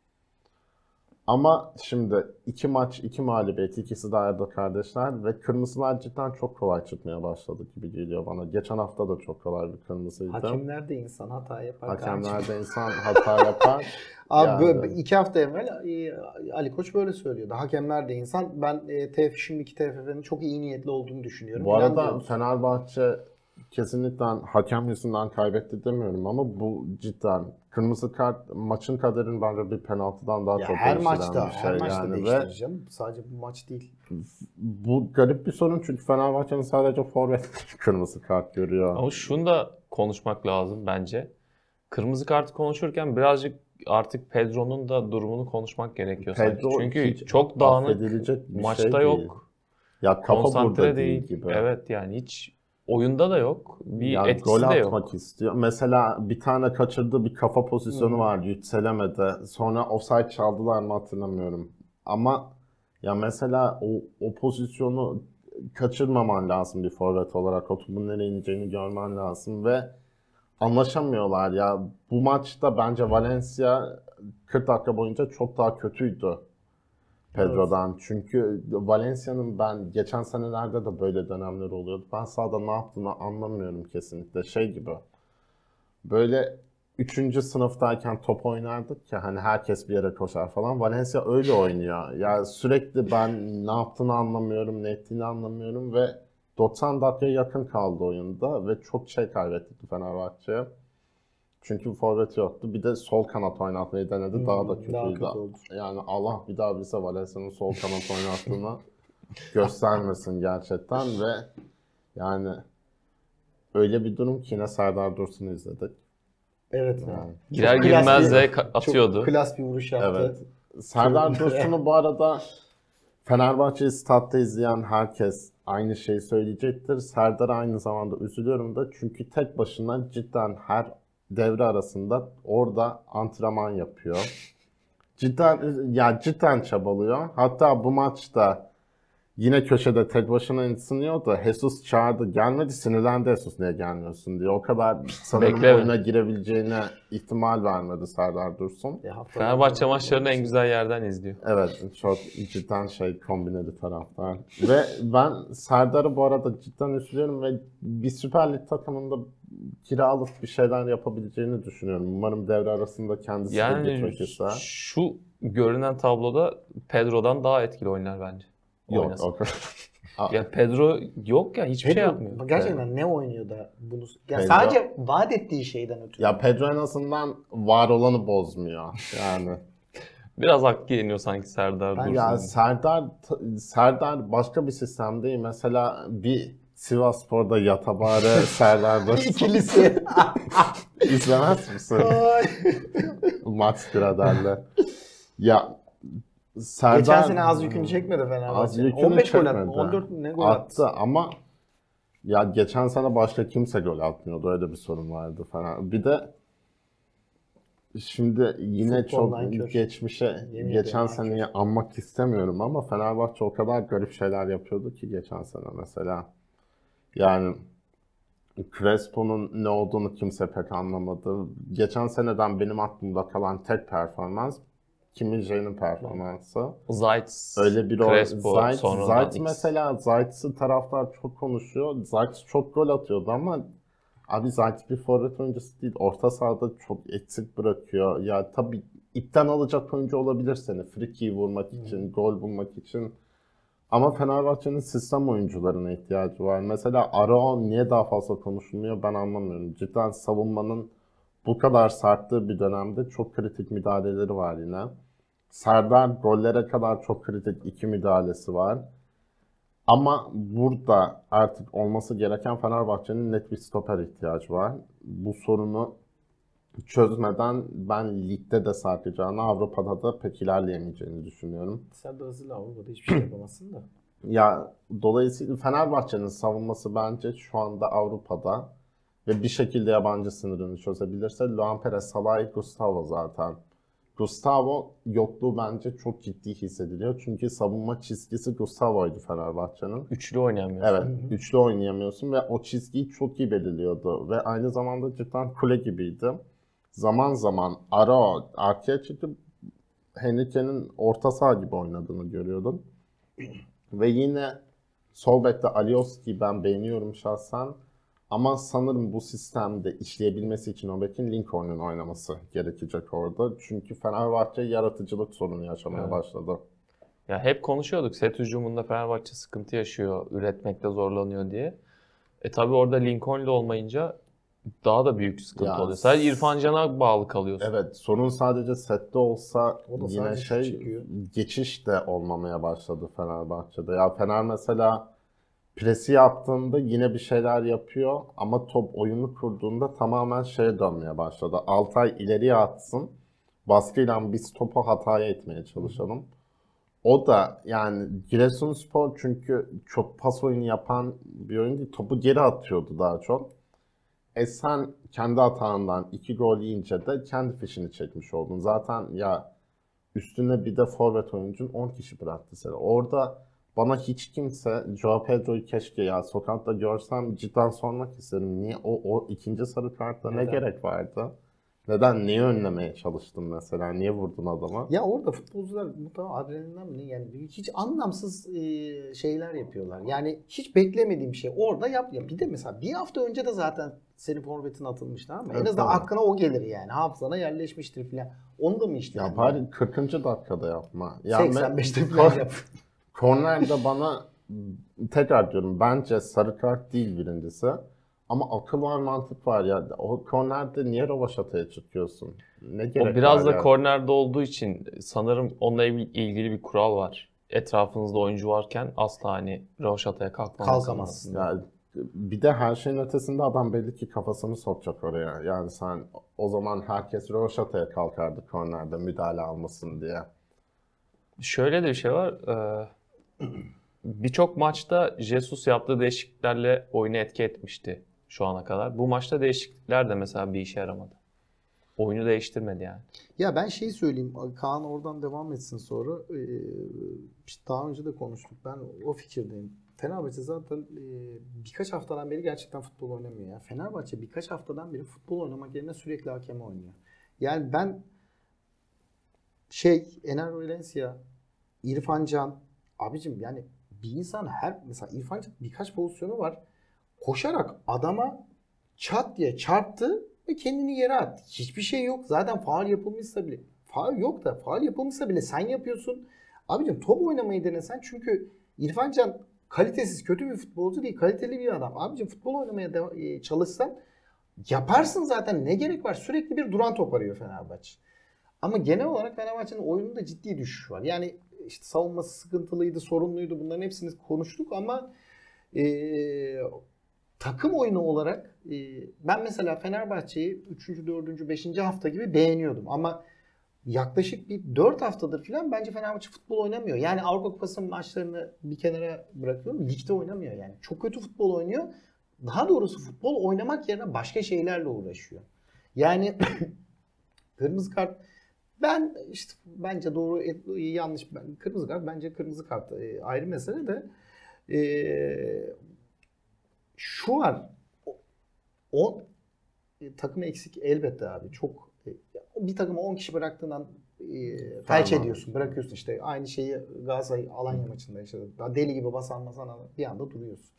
S2: Ama şimdi iki maç, iki mağlubiyet, ikisi de Arda kardeşler ve kırmızılar cidden çok kolay çıkmaya başladı gibi geliyor bana. Geçen hafta da çok kolay bir kırmızıydı.
S3: Hakemler de insan hata yapar.
S2: Hakemler de insan hata yapar.
S3: Abi
S2: Yani.
S3: böyle 2 hafta evvel Ali Koç böyle söylüyordu. Hakemler de insan. Ben şimdiki TFF'nin çok iyi niyetli olduğunu düşünüyorum.
S2: Bu
S3: falan
S2: arada
S3: diyordu.
S2: Fenerbahçe kesinlikle hakem yüzünden kaybetti demiyorum ama bu cidden kırmızı kart maçın kaderini bence bir penaltıdan daha
S3: Ya
S2: çok
S3: her
S2: değiştiren
S3: maçta,
S2: bir şey
S3: her maçta
S2: yani
S3: değiştirir
S2: ve
S3: canım. Sadece bu maç değil.
S2: bu garip bir sorun çünkü Fenerbahçe'nin sadece forvet kırmızı kart görüyor.
S1: Ama şunu da konuşmak lazım bence. Kırmızı kartı konuşurken birazcık artık Pedro'nun da durumunu konuşmak gerekiyor sanki.
S2: Pedro
S1: Çünkü
S2: hiç
S1: çok dağınık,
S2: affedilecek bir
S1: maçta
S2: şey değil.
S1: yok,
S2: Ya kafa
S1: konsantre
S2: burada
S1: değil.
S2: değil gibi.
S1: Evet yani hiç oyunda da yok, bir
S2: Ya
S1: etkisi
S2: gol
S1: de
S2: atmak
S1: yok.
S2: istiyor. Mesela bir tane kaçırdığı bir kafa pozisyonu vardı, yükselemedi. Sonra offside çaldılar mı hatırlamıyorum. Ama ya mesela o pozisyonu kaçırmaman lazım bir forvet olarak. O topun nereye ineceğini görmen lazım ve anlaşamıyorlar ya. Bu maçta bence Valencia 40 dakika boyunca çok daha kötüydü Pedro'dan. Çünkü Valencia'nın ben geçen senelerde de böyle dönemler oluyordu. Ben sahada ne yaptığını anlamıyorum kesinlikle. Şey gibi böyle 3. sınıftayken top oynardık ya hani herkes bir yere koşar falan. Valencia öyle oynuyor. Ya sürekli ben ne yaptığını anlamıyorum, ne ettiğini anlamıyorum ve 90 dakikaya yakın kaldı oyunda ve çok şey kaybetti Fenerbahçe. Çünkü forvet yoktu. Bir de sol kanat oynatmayı denedi. Daha da kötüydü.
S3: Daha kötü oldu.
S2: Yani Allah bir daha bize Valencia'nın sol kanat oynattığını göstermesin gerçekten ve yani öyle bir durum ki yine Serdar Dursun'u izledik.
S3: Evet.
S2: Yani.
S1: Girer
S3: Çok klas
S1: girmez
S3: bir-
S1: de atıyordu.
S3: Çok klas bir vuruş yaptı.
S2: Evet. Serdar Dursun'u bu arada Fenerbahçe'yi statta izleyen herkes aynı şeyi söyleyecektir. Serdar'a aynı zamanda üzülüyorum da çünkü tek başına cidden her devre arasında orada antrenman yapıyor. Cidden çabalıyor. Hatta bu maçta yine köşede tek başına ısınıyor da Jesus çağırdı. Gelmedi, sinirlendi Jesus niye gelmiyorsun diye. O kadar sanırım
S1: Bekleme.
S2: oyuna girebileceğine ihtimal vermedi Serdar Dursun.
S1: Fenerbahçe maçlarını en güzel yerden izliyor.
S2: Evet, çok cidden kombineli taraftar. Ve ben Serdar'ı bu arada cidden üzülüyorum ve bir Süper Lig takımında kiralık bir şeyler yapabileceğini düşünüyorum. Umarım devre arasında kendisi de
S1: Yani
S2: gitmek ister.
S1: şu görünen tabloda Pedro'dan daha etkili oynar bence.
S2: Yok,
S1: Oynasa.
S2: o kadar.
S1: Ya Pedro yok ya hiçbir şey yapmıyor.
S3: Gerçekten ne oynuyor da bunu... Ya
S2: Pedro-
S3: sadece vaat ettiği şeyden ötürü.
S2: Ya Pedro en azından var olanı bozmuyor. Yani.
S1: Biraz hakkı yeniyor sanki Serdar Dursun'un.
S2: Ya Serdar başka bir sistem değil. Mesela bir Sivasspor'da Yatabare Serdar Dursun.
S3: İkilisi.
S2: İzlemez misin? Max Grader'le. Ya Serdar
S3: Geçen sene az yükünü çekmedi Fenerbahçe.
S2: Az yükünü
S3: 15 gol attı.
S2: çekmedi.
S3: 14 ne gol attı?
S2: attı ama ya geçen sene başka kimse gol atmıyordu. Öyle bir sorun vardı falan. Bir de şimdi yine
S3: Futboldan
S2: çok
S3: kör.
S2: geçmişe
S3: Yemin
S2: geçen
S3: ediyorum,
S2: seneyi anmak istemiyorum ama Fenerbahçe o kadar garip şeyler yapıyordu ki geçen sene mesela. Yani Crespo'nun ne olduğunu kimse pek anlamadı. Geçen seneden benim aklımda kalan tek performans Kim Min-jae'nin performansı.
S1: Zayt,
S2: Öyle bir
S1: Crespo,
S2: Zayt
S1: sonradan X.
S2: mesela Zayt'sı taraftar çok konuşuyor. Zayt çok gol atıyordu ama abi Zayt bir forvet oyuncusu değil. Orta sahada çok eksik bırakıyor. Ya tabii ipten alacak oyuncu olabilir seni. Frikiyi vurmak için, gol bulmak için. Ama Fenerbahçe'nin sistem oyuncularına ihtiyacı var. Mesela Araon niye daha fazla konuşulmuyor ben anlamıyorum. Cidden savunmanın bu kadar sarktığı bir dönemde çok kritik müdahaleleri var yine. Serdar gollere kadar çok kritik 2 müdahalesi var. Ama burada artık olması gereken Fenerbahçe'nin net bir stoper ihtiyacı var. Bu sorunu çözmeden ben ligde de sarkacağını, Avrupa'da da pek ilerleyemeyeceğini düşünüyorum.
S3: Serdar Aziz Avrupa'da hiçbir şey yapamazsın da.
S2: Ya dolayısıyla Fenerbahçe'nin savunması bence şu anda Avrupa'da ve bir şekilde yabancı sınırını çözebilirse Luan Perez, Salah'ı, Gustavo zaten. Gustavo yokluğu bence çok ciddi hissediliyor. Çünkü savunma çizgisi Gustavo'ydu Fenerbahçe'nin.
S1: Üçlü oynayamıyorsun.
S2: Evet, üçlü oynayamıyorsun ve o çizgiyi çok iyi belirliyordu. Ve aynı zamanda cidden kule gibiydi. Zaman zaman ara arkaya çıkıp Henrique'nin orta saha gibi oynadığını görüyordun. Ve yine sol bekte Alioski'yi ben beğeniyorum şahsen. Ama sanırım bu sistemde işleyebilmesi için o bekin Lincoln'un oynaması gerekecek orada. Çünkü Fenerbahçe yaratıcılık sorunu yaşamaya başladı.
S1: Ya hep konuşuyorduk set hücumunda Fenerbahçe sıkıntı yaşıyor, üretmekte zorlanıyor diye. Tabii orada Lincoln'le olmayınca daha da büyük sıkıntı
S2: Ya,
S1: oluyor. Sadece İrfan Can'a bağlı kalıyorsun.
S2: Evet, sorun sadece sette olsa
S3: O da
S2: yine
S3: sadece çıkıyor.
S2: geçiş de olmamaya başladı Fenerbahçe'de. Ya Fener mesela presi yaptığında yine bir şeyler yapıyor ama top oyunu kurduğunda tamamen şeye dönmeye başladı. Altay ileriye atsın, baskıyla biz topu hataya etmeye çalışalım. O da yani Giresunspor çünkü çok pas oyunu yapan bir oyun değil, topu geri atıyordu daha çok. Sen kendi hatandan 2 gol yiyince de kendi fişini çekmiş oldun. Zaten ya üstüne bir de forvet oyuncun 10 kişi bıraktı seni. Orada bana hiç kimse Joao Pedro'yu keşke ya sokakta görsem cidden sormak isterim. Niye o ikinci sarı kartta ne gerek vardı? Neden? Neyi önlemeye çalıştın mesela? Niye vurdun adamı?
S3: Ya orada futbolcular mutlaka adrenalinden mi ne yani hiç anlamsız şeyler yapıyorlar. Yani hiç beklemediğim şey orada yap ya. Bir de mesela bir hafta önce de zaten senin forvetin atılmıştı ama en
S2: Evet,
S3: azından
S2: tabii.
S3: aklına o gelir yani. Hafızana yerleşmiştir filan. Onu da mı işte?
S2: Ya bari 40. dakikada yapma. Ya
S3: 85'te filan yap.
S2: Kornerde bana tekrar diyorum bence sarı kart değil birincisi. Ama akıl var mantık var ya. O kornerde niye rövaşataya çıkıyorsun? Ne gerek
S1: O biraz
S2: var
S1: da
S2: ya?
S1: kornerde olduğu için sanırım onunla ilgili bir kural var. Etrafınızda oyuncu varken asla hani rövaşataya kalkmamalısınız.
S3: Kalkamazsın.
S2: Ya, bir de her şeyin ötesinde adam belli ki kafasını sokacak oraya. Yani sen o zaman herkes rövaşataya kalkardı kornerde müdahale almasın diye.
S1: Şöyle de bir şey var. Birçok maçta Jesus yaptığı değişikliklerle oyunu etki etmişti şu ana kadar. Bu maçta değişiklikler de mesela bir işe yaramadı. Oyunu değiştirmedi yani.
S3: Ya ben şeyi söyleyeyim. Kaan oradan devam etsin sonra. İşte daha önce de konuştuk. Ben o fikirdeyim. Fenerbahçe zaten birkaç haftadan beri gerçekten futbol oynamıyor. Ya. Fenerbahçe birkaç haftadan beri futbol oynamak yerine sürekli hakeme oynuyor. Yani ben Ener Valencia, İrfan Can, abicim yani bir insan mesela İrfan Can birkaç pozisyonu var. Koşarak adama çat diye çarptı ve kendini yere attı. Hiçbir şey yok. Zaten faul yapılmışsa bile. Faul yok da faul yapılmışsa bile sen yapıyorsun. Abicim top oynamayı denesen çünkü İrfan Can kalitesiz, kötü bir futbolcu değil. Kaliteli bir adam. Abicim futbol oynamaya çalışsan yaparsın zaten. Ne gerek var? Sürekli bir duran top arıyor Fenerbahçe. Ama genel olarak Fenerbahçe'nin oyununda ciddi düşüş var. Yani işte savunması sıkıntılıydı, sorunluydu. Bunların hepsini konuştuk ama takım oyunu olarak ben mesela Fenerbahçe'yi 3. 4. 5. hafta gibi beğeniyordum. Ama yaklaşık bir 4 haftadır falan bence Fenerbahçe futbol oynamıyor. Yani Avrupa Kupası maçlarını bir kenara bırakıyorum. Ligde oynamıyor yani. Çok kötü futbol oynuyor. Daha doğrusu futbol oynamak yerine başka şeylerle uğraşıyor. Yani kırmızı kart bence doğru yanlış kırmızı kart bence kırmızı kart ayrı mesele de şu var o takım eksik elbette abi çok bir takıma 10 kişi bıraktığından felç ediyorsun bırakıyorsun işte aynı şeyi Galatasaray Alanya maçında yaşadı. Deli gibi basan bir anda duruyorsun.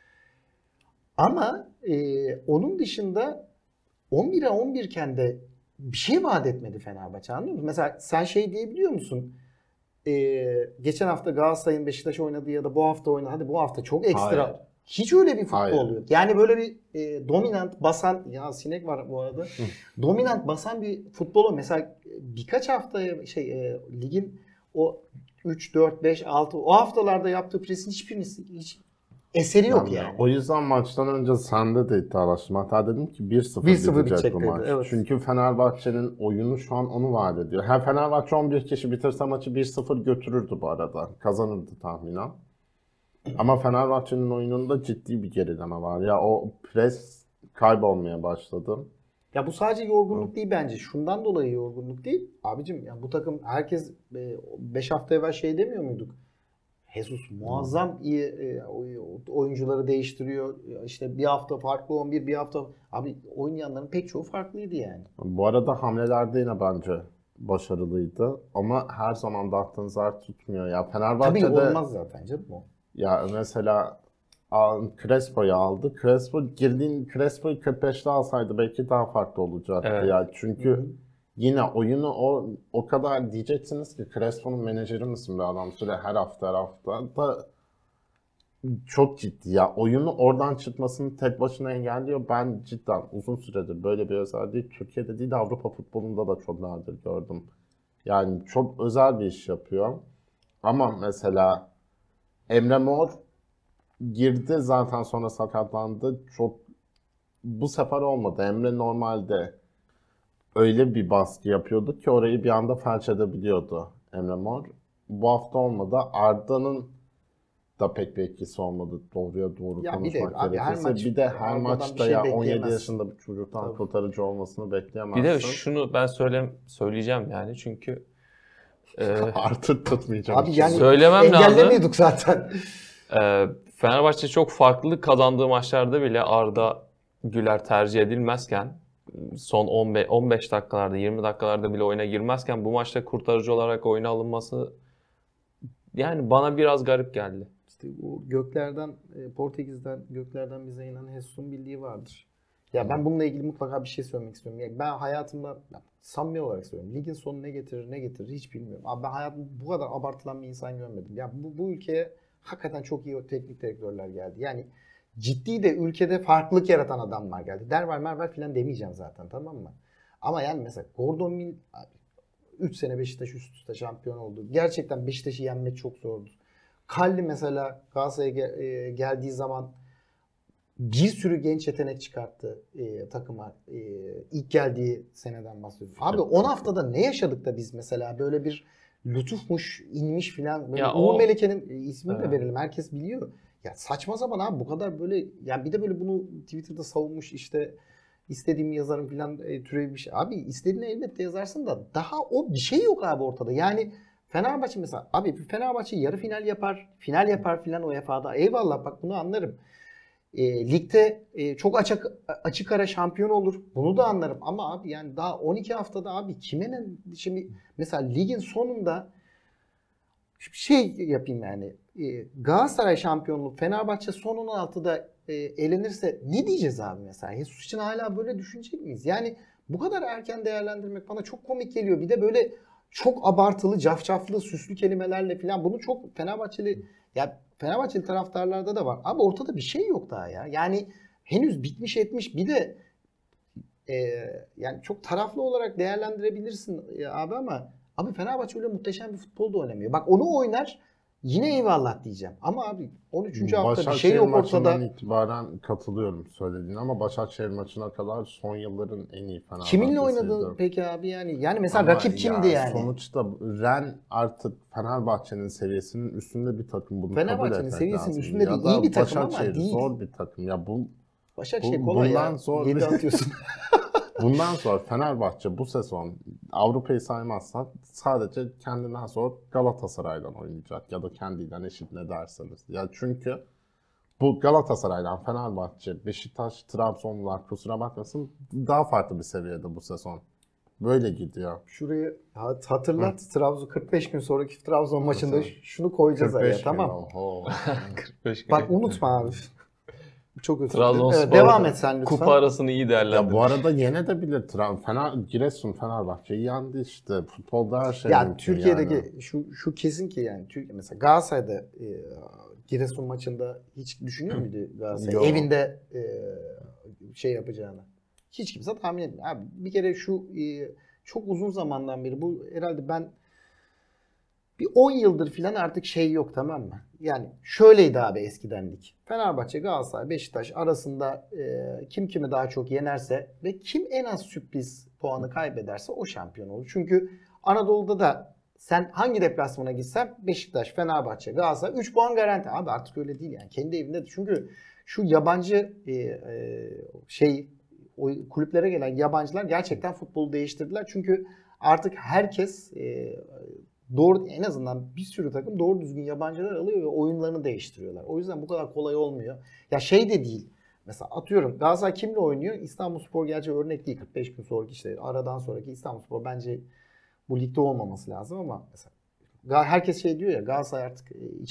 S3: Ama onun dışında 11'e 11 iken de bir şey vaat etmedi Fenerbahçe anlıyor musun? Mesela sen diyebiliyor musun? Geçen hafta Galatasaray'ın Beşiktaş oynadığı ya da bu hafta oynadı. Hadi bu hafta çok ekstra.
S2: Hayır.
S3: Hiç öyle bir futbol
S2: Hayır.
S3: yok. Yani böyle bir dominant basan ya sinek var bu arada. Dominant basan bir futbolu mesela birkaç haftaya ligin o 3 4 5 6 o haftalarda yaptığı presin hiç eseri yok yani.
S2: O yüzden maçtan önce sende de iddialaştım. Hatta dedim ki 1-0
S3: 1-0
S2: bitecek bu
S3: dedi,
S2: maç.
S3: evet.
S2: Çünkü Fenerbahçe'nin oyunu şu an onu vaat ediyor. Fenerbahçe 11 kişi bitirse maçı 1-0 götürürdü bu arada. Kazanırdı tahminen. Ama Fenerbahçe'nin oyununda ciddi bir gerileme var. Ya o pres kaybolmaya başladı.
S3: Ya bu sadece yorgunluk değil bence. Şundan dolayı yorgunluk değil. Abicim ya bu takım herkes 5 hafta evvel şey demiyor muyduk? Jesus muazzam iyi oyuncuları değiştiriyor. İşte bir hafta farklı 11, bir hafta... Abi oynayanların pek çoğu farklıydı yani.
S2: Bu arada hamlelerde yine bence başarılıydı. Ama her zaman baktığın zar tutmuyor. Ya
S3: Tabii
S2: Fenerbahçe'de
S3: olmaz zaten canım o.
S2: ya mesela Crespo'yu aldı. Crespo'yu 45'te alsaydı belki daha farklı olacaktı.
S1: Evet.
S2: Ya çünkü yine oyunu o kadar diyeceksiniz ki Crespo'nun menajeri misin be adam? Süre her hafta da çok ciddi ya. Oyunu oradan çıkmasını tek başına engelliyor. Ben cidden uzun süredir böyle bir özelliği Türkiye'de değil Avrupa futbolunda da çok nadir gördüm. Yani çok özel bir iş yapıyor. Ama mesela Emre Mor girdi zaten sonra sakatlandı. Çok bu sefer olmadı. Emre normalde öyle bir baskı yapıyordu ki orayı bir anda felç edebiliyordu Emre Mor. Bu hafta olmadı. Arda'nın da pek bir etkisi olmadı doğruya doğru
S3: Ya bir de
S2: konuşmak
S3: abi
S2: gerekirse. Bir de her
S3: Arda'dan
S2: maçta
S3: bir şey
S2: ya 17
S3: bekleyemezsin.
S2: yaşında bir çocuktan
S3: Tabii.
S2: kurtarıcı olmasını bekleyemezsin.
S1: Bir de şunu ben söyleyeceğim yani çünkü
S2: Artık tutmayacağım.
S3: Abi yani
S1: Söylemem lazım.
S3: engellemiyorduk zaten.
S1: Fenerbahçe çok farklı kazandığı maçlarda bile Arda Güler tercih edilmezken son 15 dakikalarda 20 dakikalarda bile oyuna girmezken bu maçta kurtarıcı olarak oyuna alınması yani bana biraz garip geldi.
S3: İşte bu göklerden, Portekiz'den göklerden bize inen Jesus'un bildiği vardır. Ya ben bununla ilgili mutlaka bir şey söylemek istiyorum. Yani ben hayatımda samimi olarak söylüyorum. Ligin sonu ne getirir hiç bilmiyorum. Abi ben hayatımda bu kadar abartılan bir insan görmedim. Ya bu ülkeye hakikaten çok iyi teknik direktörler geldi. Yani ciddi de ülkede farklılık yaratan adamlar geldi. Derval Merval filan demeyeceğim zaten, tamam mı? Ama yani mesela Gordon Mill 3 sene Beşiktaş üst üste şampiyon oldu. Gerçekten Beşiktaş'ı yenmek çok zordu. Kalli mesela Galatasaray'a geldiği zaman bir sürü genç yetenek çıkarttı takıma. İlk geldiği seneden bahsediyorum. Abi 10 haftada ne yaşadık da biz mesela böyle bir lütufmuş, inmiş filan. Böyle
S1: Ya
S3: Uğur
S1: o-
S3: Meleke'nin ismini de
S1: Evet.
S3: verelim. Herkes biliyor. Ya saçma sapan abi bu kadar böyle, ya bir de böyle bunu Twitter'da savunmuş işte istediğimi yazarım filan türevi bir şey. Abi istediğini elbette yazarsın da daha o bir şey yok abi ortada. Yani Fenerbahçe mesela abi Fenerbahçe yarı final yapar, final yapar filan UEFA'da. Eyvallah bak bunu anlarım. Ligde çok açık ara şampiyon olur. Bunu da anlarım. Ama abi yani daha 12 haftada abi kime ne? Şimdi mesela ligin sonunda bir şey yapayım yani. Galatasaray şampiyonluğu Fenerbahçe son 16'da elenirse ne diyeceğiz abi mesela? Jesus için hala böyle düşünecek miyiz? Yani bu kadar erken değerlendirmek bana çok komik geliyor. Bir de böyle çok abartılı, cafcaflı, süslü kelimelerle falan bunu çok Fenerbahçeli taraftarlarda da var. Abi ortada bir şey yok daha ya. Yani henüz bitmiş etmiş bir de yani çok taraflı olarak değerlendirebilirsin abi ama abi Fenerbahçe öyle muhteşem bir futbol da oynamıyor. Bak onu oynar yine eyvallah diyeceğim. Ama abi 13. hafta bir şey
S2: Başakşehir
S3: yok
S2: maçından
S3: ortada.
S2: itibaren katılıyorum söylediğine ama Başakşehir maçına kadar son yılların en iyi Fenerbahçe'siydi.
S3: Kiminle oynadın peki abi yani? Yani mesela
S2: Ama
S3: rakip kimdi
S2: ya
S3: yani?
S2: Sonuçta Ren artık Fenerbahçe'nin seviyesinin üstünde bir takım. Bunu
S3: Fenerbahçe'nin
S2: kabul etmek
S3: seviyesinin
S2: lazım.
S3: üstünde
S2: Ya
S3: değil,
S2: da
S3: iyi bir takım ama
S2: Başakşehir
S3: değil.
S2: zor bir takım. Ya
S3: Başakşehir
S2: bu-
S3: kolay
S2: bundan
S3: ya.
S2: zor
S3: 7
S2: bir-
S3: atıyorsun.
S2: bundan sonra Fenerbahçe bu sezon Avrupa'yı saymazsa sadece kendinden sonra Galatasaray'dan oynayacak ya da kendiyle eşit ne derseniz. Ya çünkü bu Galatasaray'dan Fenerbahçe, Beşiktaş, Trabzonlular kusura bakmasın daha farklı bir seviyede bu sezon. Böyle gidiyor.
S3: Şurayı hatırlat. Trabzon 45 gün sonraki Trabzon maçında
S2: Mesela.
S3: şunu koyacağız araya,
S2: 45
S3: tamam.
S2: gün, oho.
S1: 45
S3: Bak unutma abi. Çok özür dilerim.
S1: Trabzonspor
S3: Evet, devam et sen lütfen.
S1: kupa arasını iyi
S2: Ya
S1: değerlendirmiş.
S2: bu arada yenebilir. Giresun Fenerbahçe'yi yendi işte. Futbolda her şey
S3: Ya
S2: mümkün
S3: Türkiye'deki
S2: yani.
S3: şu kesin ki yani Türkiye mesela Galatasaray'da Giresun maçında hiç düşünüyor muydu Galatasaray
S2: Yok.
S3: evinde şey yapacağını? Hiç kimse tahmin etmiyor. Abi bir kere çok uzun zamandan beri bu herhalde ben bir 10 yıldır falan artık şey yok, tamam mı? Yani şöyleydi abi eskiden lig. Fenerbahçe, Galatasaray, Beşiktaş arasında kim kimi daha çok yenerse ve kim en az sürpriz puanı kaybederse o şampiyon olur. Çünkü Anadolu'da da Sen hangi deplasmana gitsen Beşiktaş, Fenerbahçe, Galatasaray 3 puan garanti. Abi artık öyle değil yani. Kendi evinde. Çünkü şu yabancı o kulüplere gelen yabancılar gerçekten futbolu değiştirdiler. Çünkü artık herkes doğru, en azından bir sürü takım doğru düzgün yabancılar alıyor ve oyunlarını değiştiriyorlar. O yüzden bu kadar kolay olmuyor. Ya şey de değil. Mesela atıyorum Galatasaray kimle oynuyor? İstanbulspor gerçi örnek değil. 45 gün sonraki işte aradan sonraki İstanbulspor bence bu ligde olmaması lazım ama mesela herkes şey diyor ya, Galatasaray artık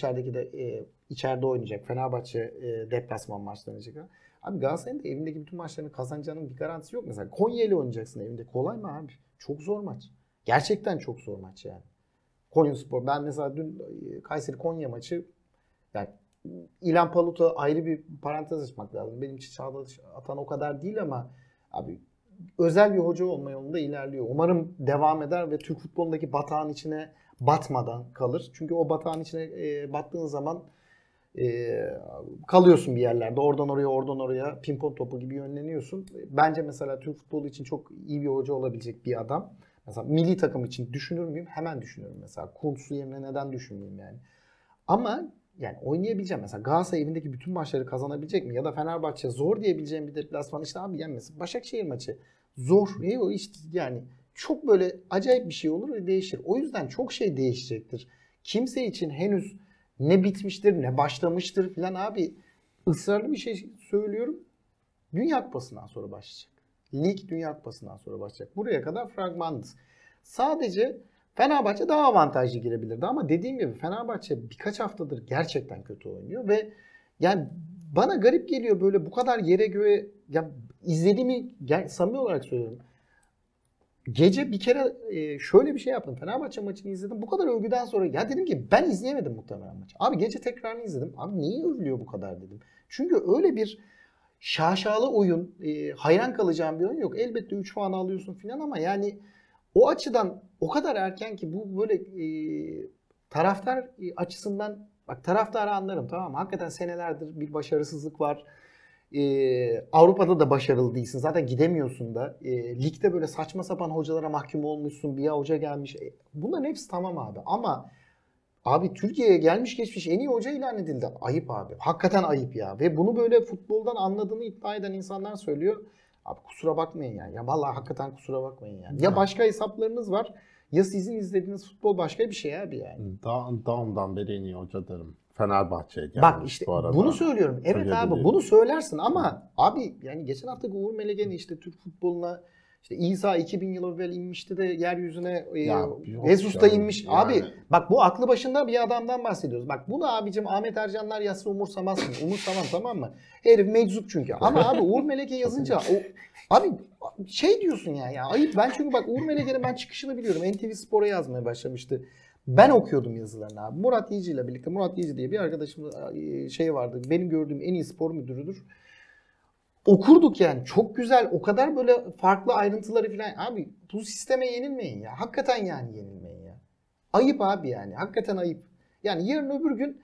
S3: içeride oynayacak. Fenerbahçe deplasman maçlarını oynayacak. Abi Galatasaray'ın da evindeki bütün maçlarını kazanacağının bir garantisi yok. Mesela Konya ile oynayacaksın evinde. Kolay mı abi? Çok zor maç. Gerçekten çok zor maç yani. Konyaspor. Ben mesela dün Kayseri Konya maçı, yani İlhan Palut'a ayrı bir parantez açmak lazım. Benim için Çağdaş Atan o kadar değil ama abi özel bir hoca olma yolunda ilerliyor. Umarım devam eder ve Türk futbolundaki batağın içine batmadan kalır. Çünkü o batağın içine battığın zaman kalıyorsun bir yerlerde. Oradan oraya, oradan oraya pimpon topu gibi yönleniyorsun. Bence mesela Türk futbolu için çok iyi bir hoca olabilecek bir adam. Mesela milli takım için düşünür müyüm? Hemen düşünüyorum mesela. Kuntz'u yerine neden düşünmeyeyim yani. Ama yani oynayabileceğim. Mesela Galatasaray evindeki bütün maçları kazanabilecek mi? Ya da Fenerbahçe zor diyebileceğim bir deplasman. İşte abi yenmesin. Başakşehir maçı zor. O işte yani çok böyle acayip bir şey olur ve değişir. O yüzden çok şey değişecektir. Kimse için henüz ne bitmiştir ne başlamıştır filan abi. Israrlı bir şey söylüyorum. Dünya Kupası'ndan sonra başlayacak. Lig Dünya Kupası'ndan sonra başlayacak. Buraya kadar fragmandız. Sadece Fenerbahçe daha avantajlı girebilirdi ama dediğim gibi Fenerbahçe birkaç haftadır gerçekten kötü oynuyor ve yani bana garip geliyor böyle bu kadar yere göğe, ya izlediğimi samimi olarak söylüyorum. Gece bir kere şöyle bir şey yaptım. Fenerbahçe maçını izledim. Bu kadar övgüden sonra ya dedim ki ben izleyemedim muhtemelen maçı. Abi gece tekrarını izledim. Abi niye övülüyor bu kadar dedim. Çünkü öyle bir şaşalı oyun, hayran kalacağım bir oyun yok. Elbette 3 puan alıyorsun filan ama yani o açıdan o kadar erken ki bu böyle taraftar açısından, bak taraftarı anlarım, tamam mı? Hakikaten senelerdir bir başarısızlık var. Avrupa'da da başarılı değilsin. Zaten gidemiyorsun da. Ligde böyle saçma sapan hocalara mahkum olmuşsun. Bir hoca gelmiş. Bunların hepsi tamam abi. Ama abi Türkiye'ye gelmiş geçmiş en iyi hoca ilan edildi. Ayıp abi. Hakikaten ayıp ya. Ve bunu böyle futboldan anladığını iddia eden insanlar söylüyor. Abi kusura bakmayın yani. Ya vallahi hakikaten kusura bakmayın yani. Ya başka hesaplarınız var ya sizin izlediğiniz futbol başka bir şey abi yani.
S2: Daha ondan beri en iyi hoca derim. Fenerbahçe'ye gelmiş
S3: bak işte
S2: bu arada.
S3: bunu söylüyorum. Evet
S2: Öyle
S3: abi
S2: değil.
S3: bunu söylersin ama abi yani geçen haftaki Uğur Melegen'i işte Türk futboluna işte İsa 2000 yıl evvel inmişti de yeryüzüne Jesus da inmiş.
S2: Yani.
S3: Abi bak bu aklı başında bir adamdan bahsediyoruz. Bak bunu abicim Ahmet Ercanlar yazsa umursamazsın. Umursamam tamam mı? Herif meczup çünkü. Ama abi Uğur Melege yazınca abi şey diyorsun ya ayıp. Ben çünkü bak Uğur Melege'nin ben çıkışını biliyorum. NTV Spor'a yazmaya başlamıştı. Ben okuyordum yazılarını abi. Murat Yiğici ile birlikte. Murat Yiğici diye bir arkadaşım şey vardı. Benim gördüğüm en iyi spor müdürüdür. Okurduk yani. Çok güzel. O kadar böyle farklı ayrıntıları falan. Abi bu sisteme yenilmeyin ya. Hakikaten yani yenilmeyin ya. Ayıp abi yani. Hakikaten ayıp. Yani yarın öbür gün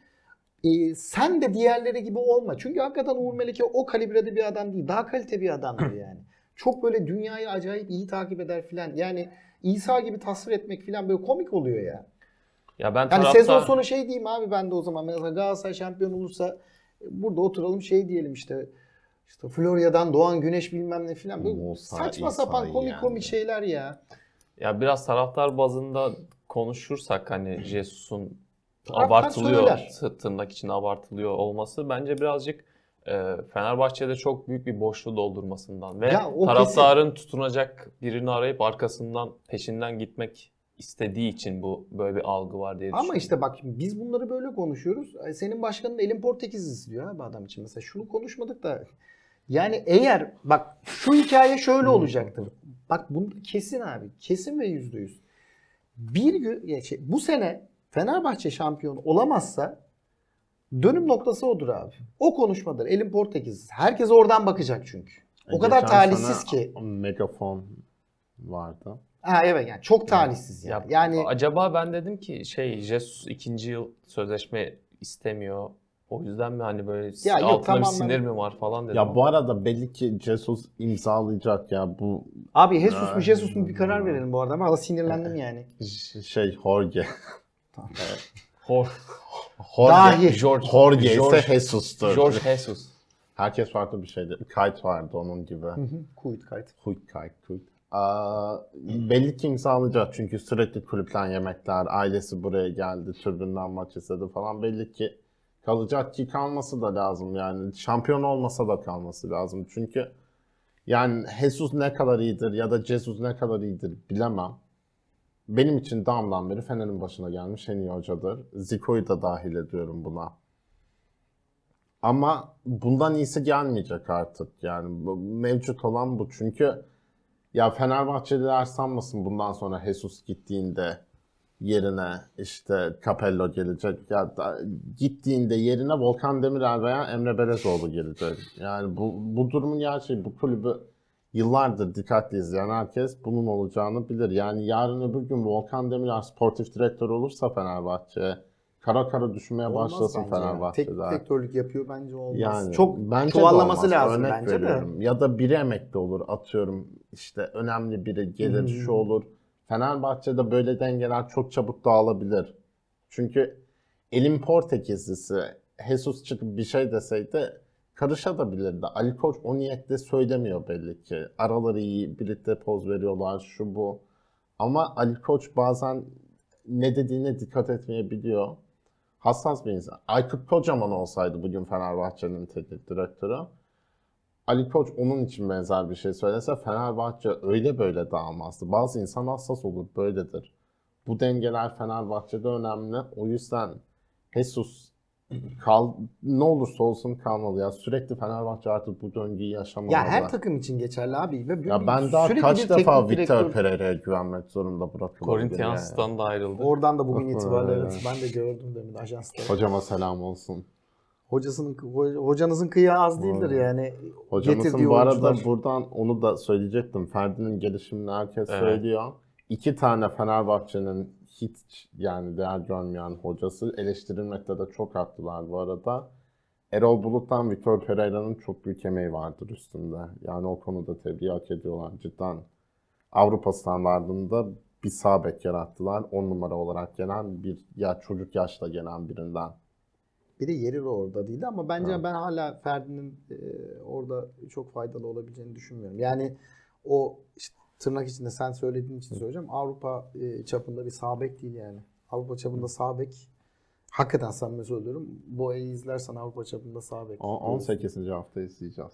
S3: sen de diğerleri gibi olma. Çünkü hakikaten Uğur Meleke o kalibrede bir adam değil. Daha kalite bir adamdır yani. Çok böyle dünyayı acayip iyi takip eder filan. Yani İsa gibi tasvir etmek filan böyle komik oluyor ya.
S1: Ya ben
S3: Yani sezon sonu şey diyeyim abi ben de o zaman. Mesela Galatasaray şampiyon olursa burada oturalım şey diyelim işte Florya'dan doğan güneş bilmem ne filan. Böyle saçma sapan komik şeyler ya.
S1: Ya biraz taraftar bazında konuşursak hani Jesus'un
S3: Taraftar
S1: abartılıyor, tırnak için abartılıyor olması bence birazcık Fenerbahçe'de çok büyük bir boşluğu doldurmasından ve taraftarın tutunacak birini arayıp peşinden gitmek istediği için bu böyle bir algı var diye düşünüyorum.
S3: Ama işte bak biz bunları böyle konuşuyoruz. Senin başkanın elin Portekizlisi diyor abi adam için. Mesela şunu konuşmadık da yani eğer bak şu hikaye şöyle olacaktır. Bak bunu kesin abi. Kesin ve %100. Bir gün bu sene Fenerbahçe şampiyon olamazsa dönüm noktası odur abi. O konuşmadır. Elin Portekizlisi. Herkes oradan bakacak çünkü. O kadar talihsiz ki.
S2: Megafon vardı.
S3: Ha evet yani çok talihsiz yani. Yani
S1: acaba ben dedim ki Jesus 2. yıl sözleşme istemiyor. O yüzden mi hani böyle
S3: Ya yok,
S1: altında bir
S3: tamamen-
S1: sinir mi var falan dedim.
S2: Ya bu arada belli ki Jesus imzalayacak ya bu
S3: Abi Jesus mu Jesus mu bir karar verelim bu arada. Valla sinirlendim yani.
S2: Jorge.
S1: Hor.
S3: Dahi.
S2: Jorge ise Jesus'tur.
S1: George Jesus.
S2: Herkes farklı bir şeydi. Kite vardı onun gibi.
S3: Kuyut kayıt.
S2: Kite. Belli ki imzalayacak çünkü sürekli kulüpten yemekler, ailesi buraya geldi, tribünden maç izledi falan. Belli ki kalacak ki kalması da lazım yani. Şampiyon olmasa da kalması lazım. Çünkü yani Jesus ne kadar iyidir ya da Jesus ne kadar iyidir bilemem. Benim için damdan beri Fener'in başına gelmiş en iyi hocadır. Zico'yu da dahil ediyorum buna. Ama bundan iyisi gelmeyecek artık yani. Mevcut olan bu. Çünkü ya Fenerbahçeliler sanmasın bundan sonra Jesus gittiğinde yerine işte Capello gelecek. Ya da gittiğinde yerine Volkan Demirel veya Emre Belezoğlu gelecek. Yani bu durumun gerçeği. Bu kulübü yıllardır dikkatli izleyen herkes bunun olacağını bilir. Yani yarın öbür gün Volkan Demirel sportif direktör olursa Fenerbahçe kara kara düşünmeye
S3: Olmaz
S2: başlasın
S3: bence ya.
S2: Fenerbahçe'de.
S3: Tek direktörlük yapıyor bence olmaz.
S2: Yani
S3: Çok
S2: bence de
S3: çuvallaması
S2: olmaz.
S3: lazım
S2: Örnek
S3: bence de.
S2: veriyorum. Ya da biri emekli olur atıyorum işte önemli biri gelir şu olur. Fenerbahçe'de böyle dengeler çok çabuk dağılabilir. Çünkü elin Portekizlisi Jesus çıkıp bir şey deseydi karışabilirdi. Ali Koç o niyetle söylemiyor belli ki. Araları iyi, birlikte poz veriyorlar şu bu. Ama Ali Koç bazen ne dediğine dikkat etmeyebiliyor. Hassas bir insan. Aykut Kocaman olsaydı bugün Fenerbahçe'nin teknik direktörü, Ali Koç onun için benzer bir şey söylese Fenerbahçe öyle böyle dağılmazdı. Bazı insan hassas olur, böyledir. Bu dengeler Fenerbahçe'de önemli. O yüzden Jesus ne olursa olsun kalmalı. Ya sürekli Fenerbahçe artık bu döngüyü yaşamalı.
S3: Ya her takım için geçerli abi.
S2: Ya ben daha
S3: sürekli
S2: kaç
S3: bir
S2: defa
S3: teknik
S2: Victor
S3: direktör-
S2: Pereira'ya güvenmek zorunda bırakılabilir
S1: Corinthians'tan da ayrıldı.
S3: Oradan da bugün itibariyle
S2: Öyle.
S3: evet, ben de gördüm demin ajansta.
S2: Hocama selam olsun.
S3: Hocanızın kıyı az değildir yani.
S2: Hocamızın
S3: Getirdiği
S2: bu arada
S3: oyuncular.
S2: buradan onu da söyleyecektim. Ferdi'nin gelişimini herkes
S1: Evet.
S2: söylüyor. 2 tane Fenerbahçe'nin hiç yani değer görmeyen hocası eleştirilmekte de çok haklılar bu arada. Erol Bulut'tan Vitor Pereira'nın çok büyük emeği vardır üstünde. Yani o konuda tebriği hak ediyorlar cidden. Avrupa standartında bir sağ bek yarattılar. 10 numara olarak gelen çocuk yaşta gelen birinden.
S3: Bir de yeri de orada değildi ama bence ben hala Ferdi'nin orada çok faydalı olabileceğini düşünmüyorum. Yani o işte tırnak içinde sen söylediğin için söyleyeceğim. Avrupa çapında bir sağ bek değil yani. Avrupa çapında sağ bek hakikaten samimi söylüyorum. Boya'yı izlersen Avrupa çapında sağ bek.
S2: 18. hafta izleyeceğiz.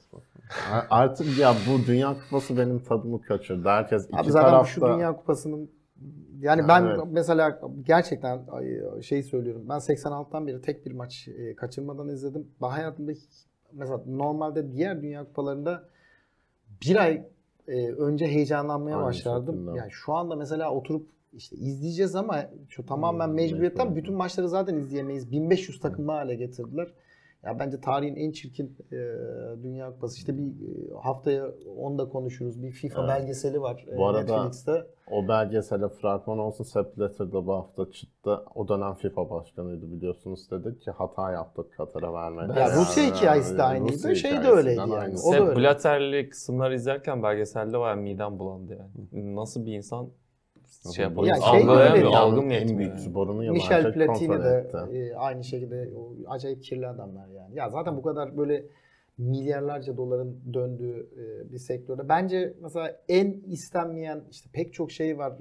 S2: Artık ya bu Dünya Kupası benim tadımı kaçırdı. Herkes iki
S3: Abi zaten
S2: tarafta...
S3: şu Dünya Kupası'nın yani
S2: Ya
S3: ben
S2: evet.
S3: mesela gerçekten şey söylüyorum. Ben 86'tan beri tek bir maç kaçırmadan izledim. Ben hayatımda mesela normalde diğer Dünya Kupalarında bir ay önce heyecanlanmaya
S2: Aynı
S3: başlardım.
S2: şekilde.
S3: Yani şu anda mesela oturup işte izleyeceğiz ama şu tamamen mecburiyetten
S2: mecburiyetten.
S3: bütün maçları zaten izleyemeyiz. 1500 takımlı hale getirdiler. Ya bence tarihin en çirkin Dünya Kupası. İşte bir haftaya onu da konuşuruz. Bir FIFA belgeseli var
S2: Bu arada
S3: Netflix'te.
S2: o belgesele fragman olsun Sepp Blatter da bu hafta çıktı. O dönem FIFA başkanıydı biliyorsunuz, dedi ki hata yaptık Katar'a vermekle.
S3: Ya Rusya hikayesi de aynıydı.
S2: Rusya
S3: Şey de
S2: hikayesinden
S3: öyleydi yani.
S2: aynısı.
S3: O da
S1: Sepp
S3: öyle.
S1: Blatter'li kısımları izlerken belgeselde bayağı midem bulandı yani. Nasıl bir insan şey yapalım.
S3: Ya şey de
S1: Algılayamıyor,
S3: öyle.
S1: algım
S2: En
S1: yetmiyor.
S2: büyük
S1: yani.
S2: sporunu
S3: Michel
S2: yıllarca
S3: Platini
S2: kontrol
S3: de
S2: etti.
S3: aynı şekilde acayip kirli adamlar yani. Ya zaten bu kadar böyle milyarlarca doların döndüğü bir sektörde. Bence mesela en istenmeyen işte pek çok şey var.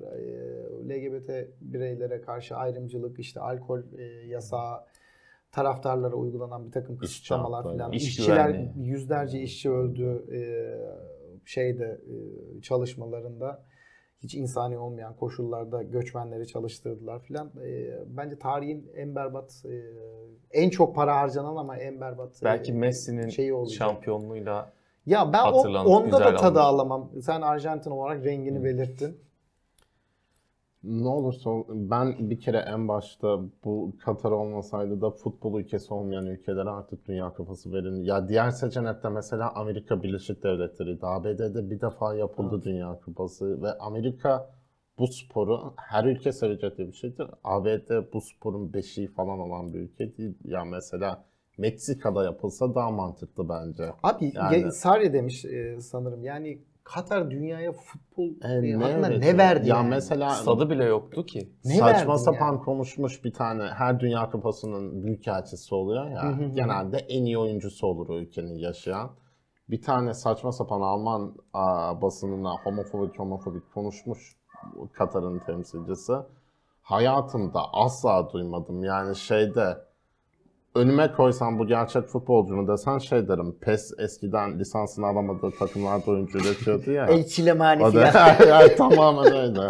S3: LGBT bireylere karşı ayrımcılık, işte alkol yasağı, taraftarlara uygulanan bir takım kısıtlamalar
S2: şartları,
S3: falan.
S1: iş
S3: İşçiler,
S1: güvenliği.
S3: yüzlerce işçi öldü çalışmalarında. Hiç insani olmayan koşullarda göçmenleri çalıştırdılar filan. Bence tarihin en berbat, en çok para harcanan ama en berbat
S1: Belki Messi'nin
S3: şeyi olacak.
S1: şampiyonluğuyla
S3: Ya ben
S1: hatırlanıp
S3: onda
S1: güzel
S3: da tadı
S1: almış.
S3: alamam. Sen Arjantin olarak rengini belirttin.
S2: Ne olursa ben bir kere en başta bu Katar olmasaydı da futbol ülkesi olmayan ülkelere artık Dünya Kupası verin. Ya diğer seçenekte mesela Amerika Birleşik Devletleri'ydi. ABD'de bir defa yapıldı Dünya Kupası ve Amerika bu sporu her ülke sevecek bir şeydir. ABD bu sporun beşiği falan olan bir ülke değil. Ya mesela Meksika'da yapılsa daha mantıklı bence.
S3: Abi
S2: Yani-
S3: Sarri demiş sanırım. Yani Katar dünyaya futbol
S2: Ne
S3: adına
S2: öğretiyor?
S3: ne verdi
S2: Ya
S3: yani?
S2: mesela
S1: Stadı bile yoktu ki.
S3: Ne
S2: saçma
S3: verdin
S2: sapan
S3: yani?
S2: konuşmuş bir tane, her Dünya Kupası'nın büyükelçisi oluyor ya.
S3: Hı hı hı.
S2: Genelde en iyi oyuncusu olur o ülkenin yaşayan. Bir tane saçma sapan Alman basınına homofobik konuşmuş Katar'ın temsilcisi. Hayatımda asla duymadım. Yani önüme koysan bu gerçek futbolcu mu desen derim. PES eskiden lisansını alamadığı takımlarda oyuncu üretiyordu ya.
S3: El Çilemani
S2: O da
S3: falan.
S2: yani tamamen öyle.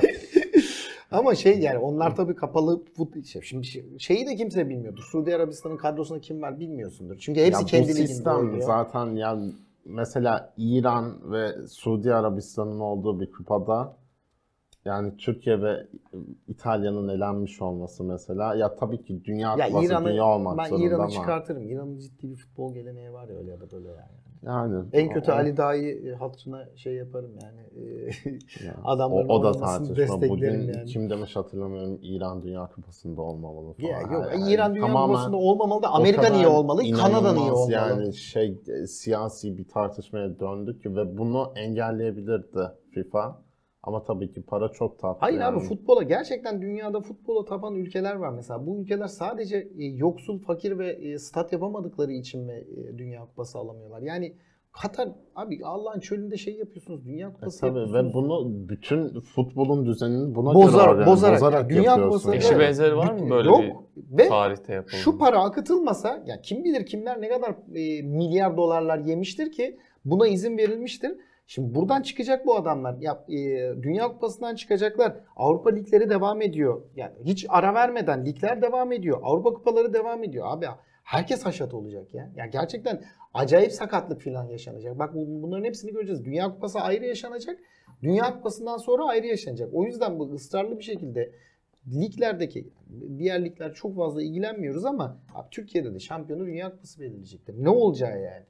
S3: Ama yani onlar tabii kapalı futbol. Şimdi şeyi de kimse bilmiyordur. Suudi Arabistan'ın kadrosunda kim var bilmiyorsundur. Çünkü hepsi
S2: Ya
S3: kendi
S2: bu
S3: liginde
S2: sistem
S3: oynuyor.
S2: zaten yani mesela İran ve Suudi Arabistan'ın olduğu bir kupada yani Türkiye ve İtalya'nın elenmiş olması mesela, ya tabii ki Dünya
S3: Ya
S2: Kupası dünya olmak
S3: ben
S2: zorunda
S3: İran'ı
S2: ama
S3: çıkartırım. İran'ın ciddi bir futbol geleneği var ya öyle ya da böyle yani.
S2: yani
S3: En kötü
S2: o-
S3: Ali Dahi hatırına yaparım yani.
S2: yani
S3: Adamların
S2: o da
S3: oynamasını
S2: tartışma.
S3: desteklerim
S2: Bugün
S3: yani.
S2: kim demiş hatırlamıyorum, İran Dünya Kupası'nda olmamalı falan.
S3: Ya yok,
S2: Yani
S3: İran Dünya
S2: tamamen
S3: Kupası'nda olmamalı da
S2: o
S3: Amerika
S2: kadar
S3: niye olmalı? Kanada niye
S2: inanılmaz
S3: olmalı?
S2: Yani siyasi bir tartışmaya döndü ki ve bunu engelleyebilirdi FIFA. Ama tabii ki para çok tatlı.
S3: Hayır
S2: yani.
S3: abi, futbola gerçekten dünyada futbola tapan ülkeler var mesela. Bu ülkeler sadece yoksul, fakir ve stat yapamadıkları için mi Dünya Kupası alamıyorlar? Yani Katar abi, Allah'ın çölünde yapıyorsunuz. Dünya Kupası
S2: Tabii
S3: yapıyorsunuz.
S2: ve bunu bütün futbolun düzenini buna
S3: Bozarak
S2: göre
S3: yani. Dünya
S2: yapıyorsun.
S3: Kupası-
S1: Eşi
S3: Evet.
S1: benzeri var mı böyle
S3: Yok.
S1: bir
S3: Ve
S1: tarihte yapılmış?
S3: şu para akıtılmasa, ya kim bilir kimler ne kadar milyar dolarlar yemiştir ki buna izin verilmiştir. Şimdi buradan çıkacak bu adamlar. Dünya Kupası'ndan çıkacaklar. Avrupa ligleri devam ediyor. Yani hiç ara vermeden ligler devam ediyor. Avrupa kupaları devam ediyor. Abi herkes haşat olacak ya. Yani gerçekten acayip sakatlık falan yaşanacak. Bak bunların hepsini göreceğiz. Dünya Kupası ayrı yaşanacak. Dünya Kupası'ndan sonra ayrı yaşanacak. O yüzden bu ısrarlı bir şekilde liglerdeki, diğer ligler çok fazla ilgilenmiyoruz ama abi, Türkiye'de de şampiyonu Dünya Kupası belirleyecektir. Ne olacağı yani?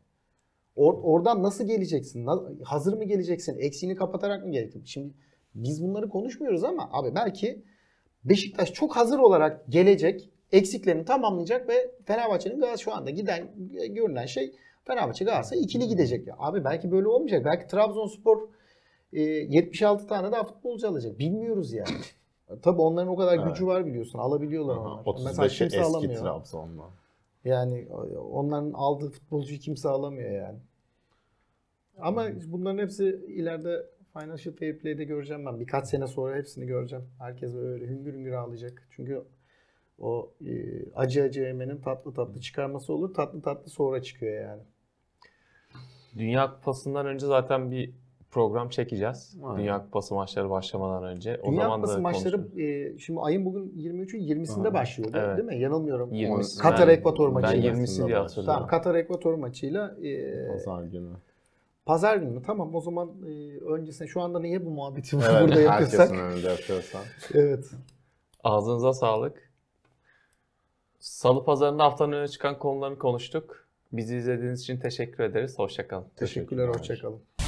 S3: Oradan nasıl geleceksin? Hazır mı geleceksin? Eksiğini kapatarak mı geleceksin? Şimdi biz bunları konuşmuyoruz ama abi belki Beşiktaş çok hazır olarak gelecek, eksiklerini tamamlayacak ve Fenerbahçe'nin şu anda görünen Fenerbahçe Galatasaray ikili gidecek ya. Abi belki böyle olmayacak. Belki Trabzonspor 76 tane daha futbolcu alacak. Bilmiyoruz yani. Tabii onların o kadar gücü var biliyorsun. Alabiliyorlar onlar. Mesela
S2: 35'i
S3: kimse
S2: eski
S3: alamıyor.
S2: Trabzon'la.
S3: Yani onların aldığı futbolcuyu kimse alamıyor yani. Ama bunların hepsi ileride Financial Fair Play'de göreceğim ben. Birkaç sene sonra hepsini göreceğim. Herkes böyle hüngür hüngür ağlayacak. Çünkü o acı acı yemenin tatlı tatlı çıkarması olur. Tatlı tatlı sonra çıkıyor yani.
S1: Dünya Kupası'ndan önce zaten bir program çekeceğiz.
S2: Aynen.
S1: Dünya Kupası maçları başlamadan önce. O
S3: Dünya
S1: zaman
S3: Kupası
S1: da
S3: maçları
S1: konuşuruz.
S3: şimdi ayın bugün 23'ü 20'sinde
S2: Aynen.
S3: başlıyor değil,
S1: Evet.
S3: değil mi? Yanılmıyorum.
S1: 20'si.
S3: Katar
S1: Ben-
S3: Ekvator
S1: Ben
S3: maçıyla.
S1: 20'si diye hatırlıyorum.
S3: Tamam, Katar Ekvator maçıyla
S2: Pazar günü.
S3: Pazar günü mü? Tamam, o zaman öncesinde şu anda niye bu muhabbeti
S2: Evet,
S3: burada yapıyorsak?
S2: herkesin önünde yapıyorsan.
S3: Evet.
S1: Ağzınıza sağlık. Salı pazarında haftanın öne çıkan konularını konuştuk. Bizi izlediğiniz için teşekkür ederiz. Hoşça kalın.
S3: Teşekkürler, hoşça kalın.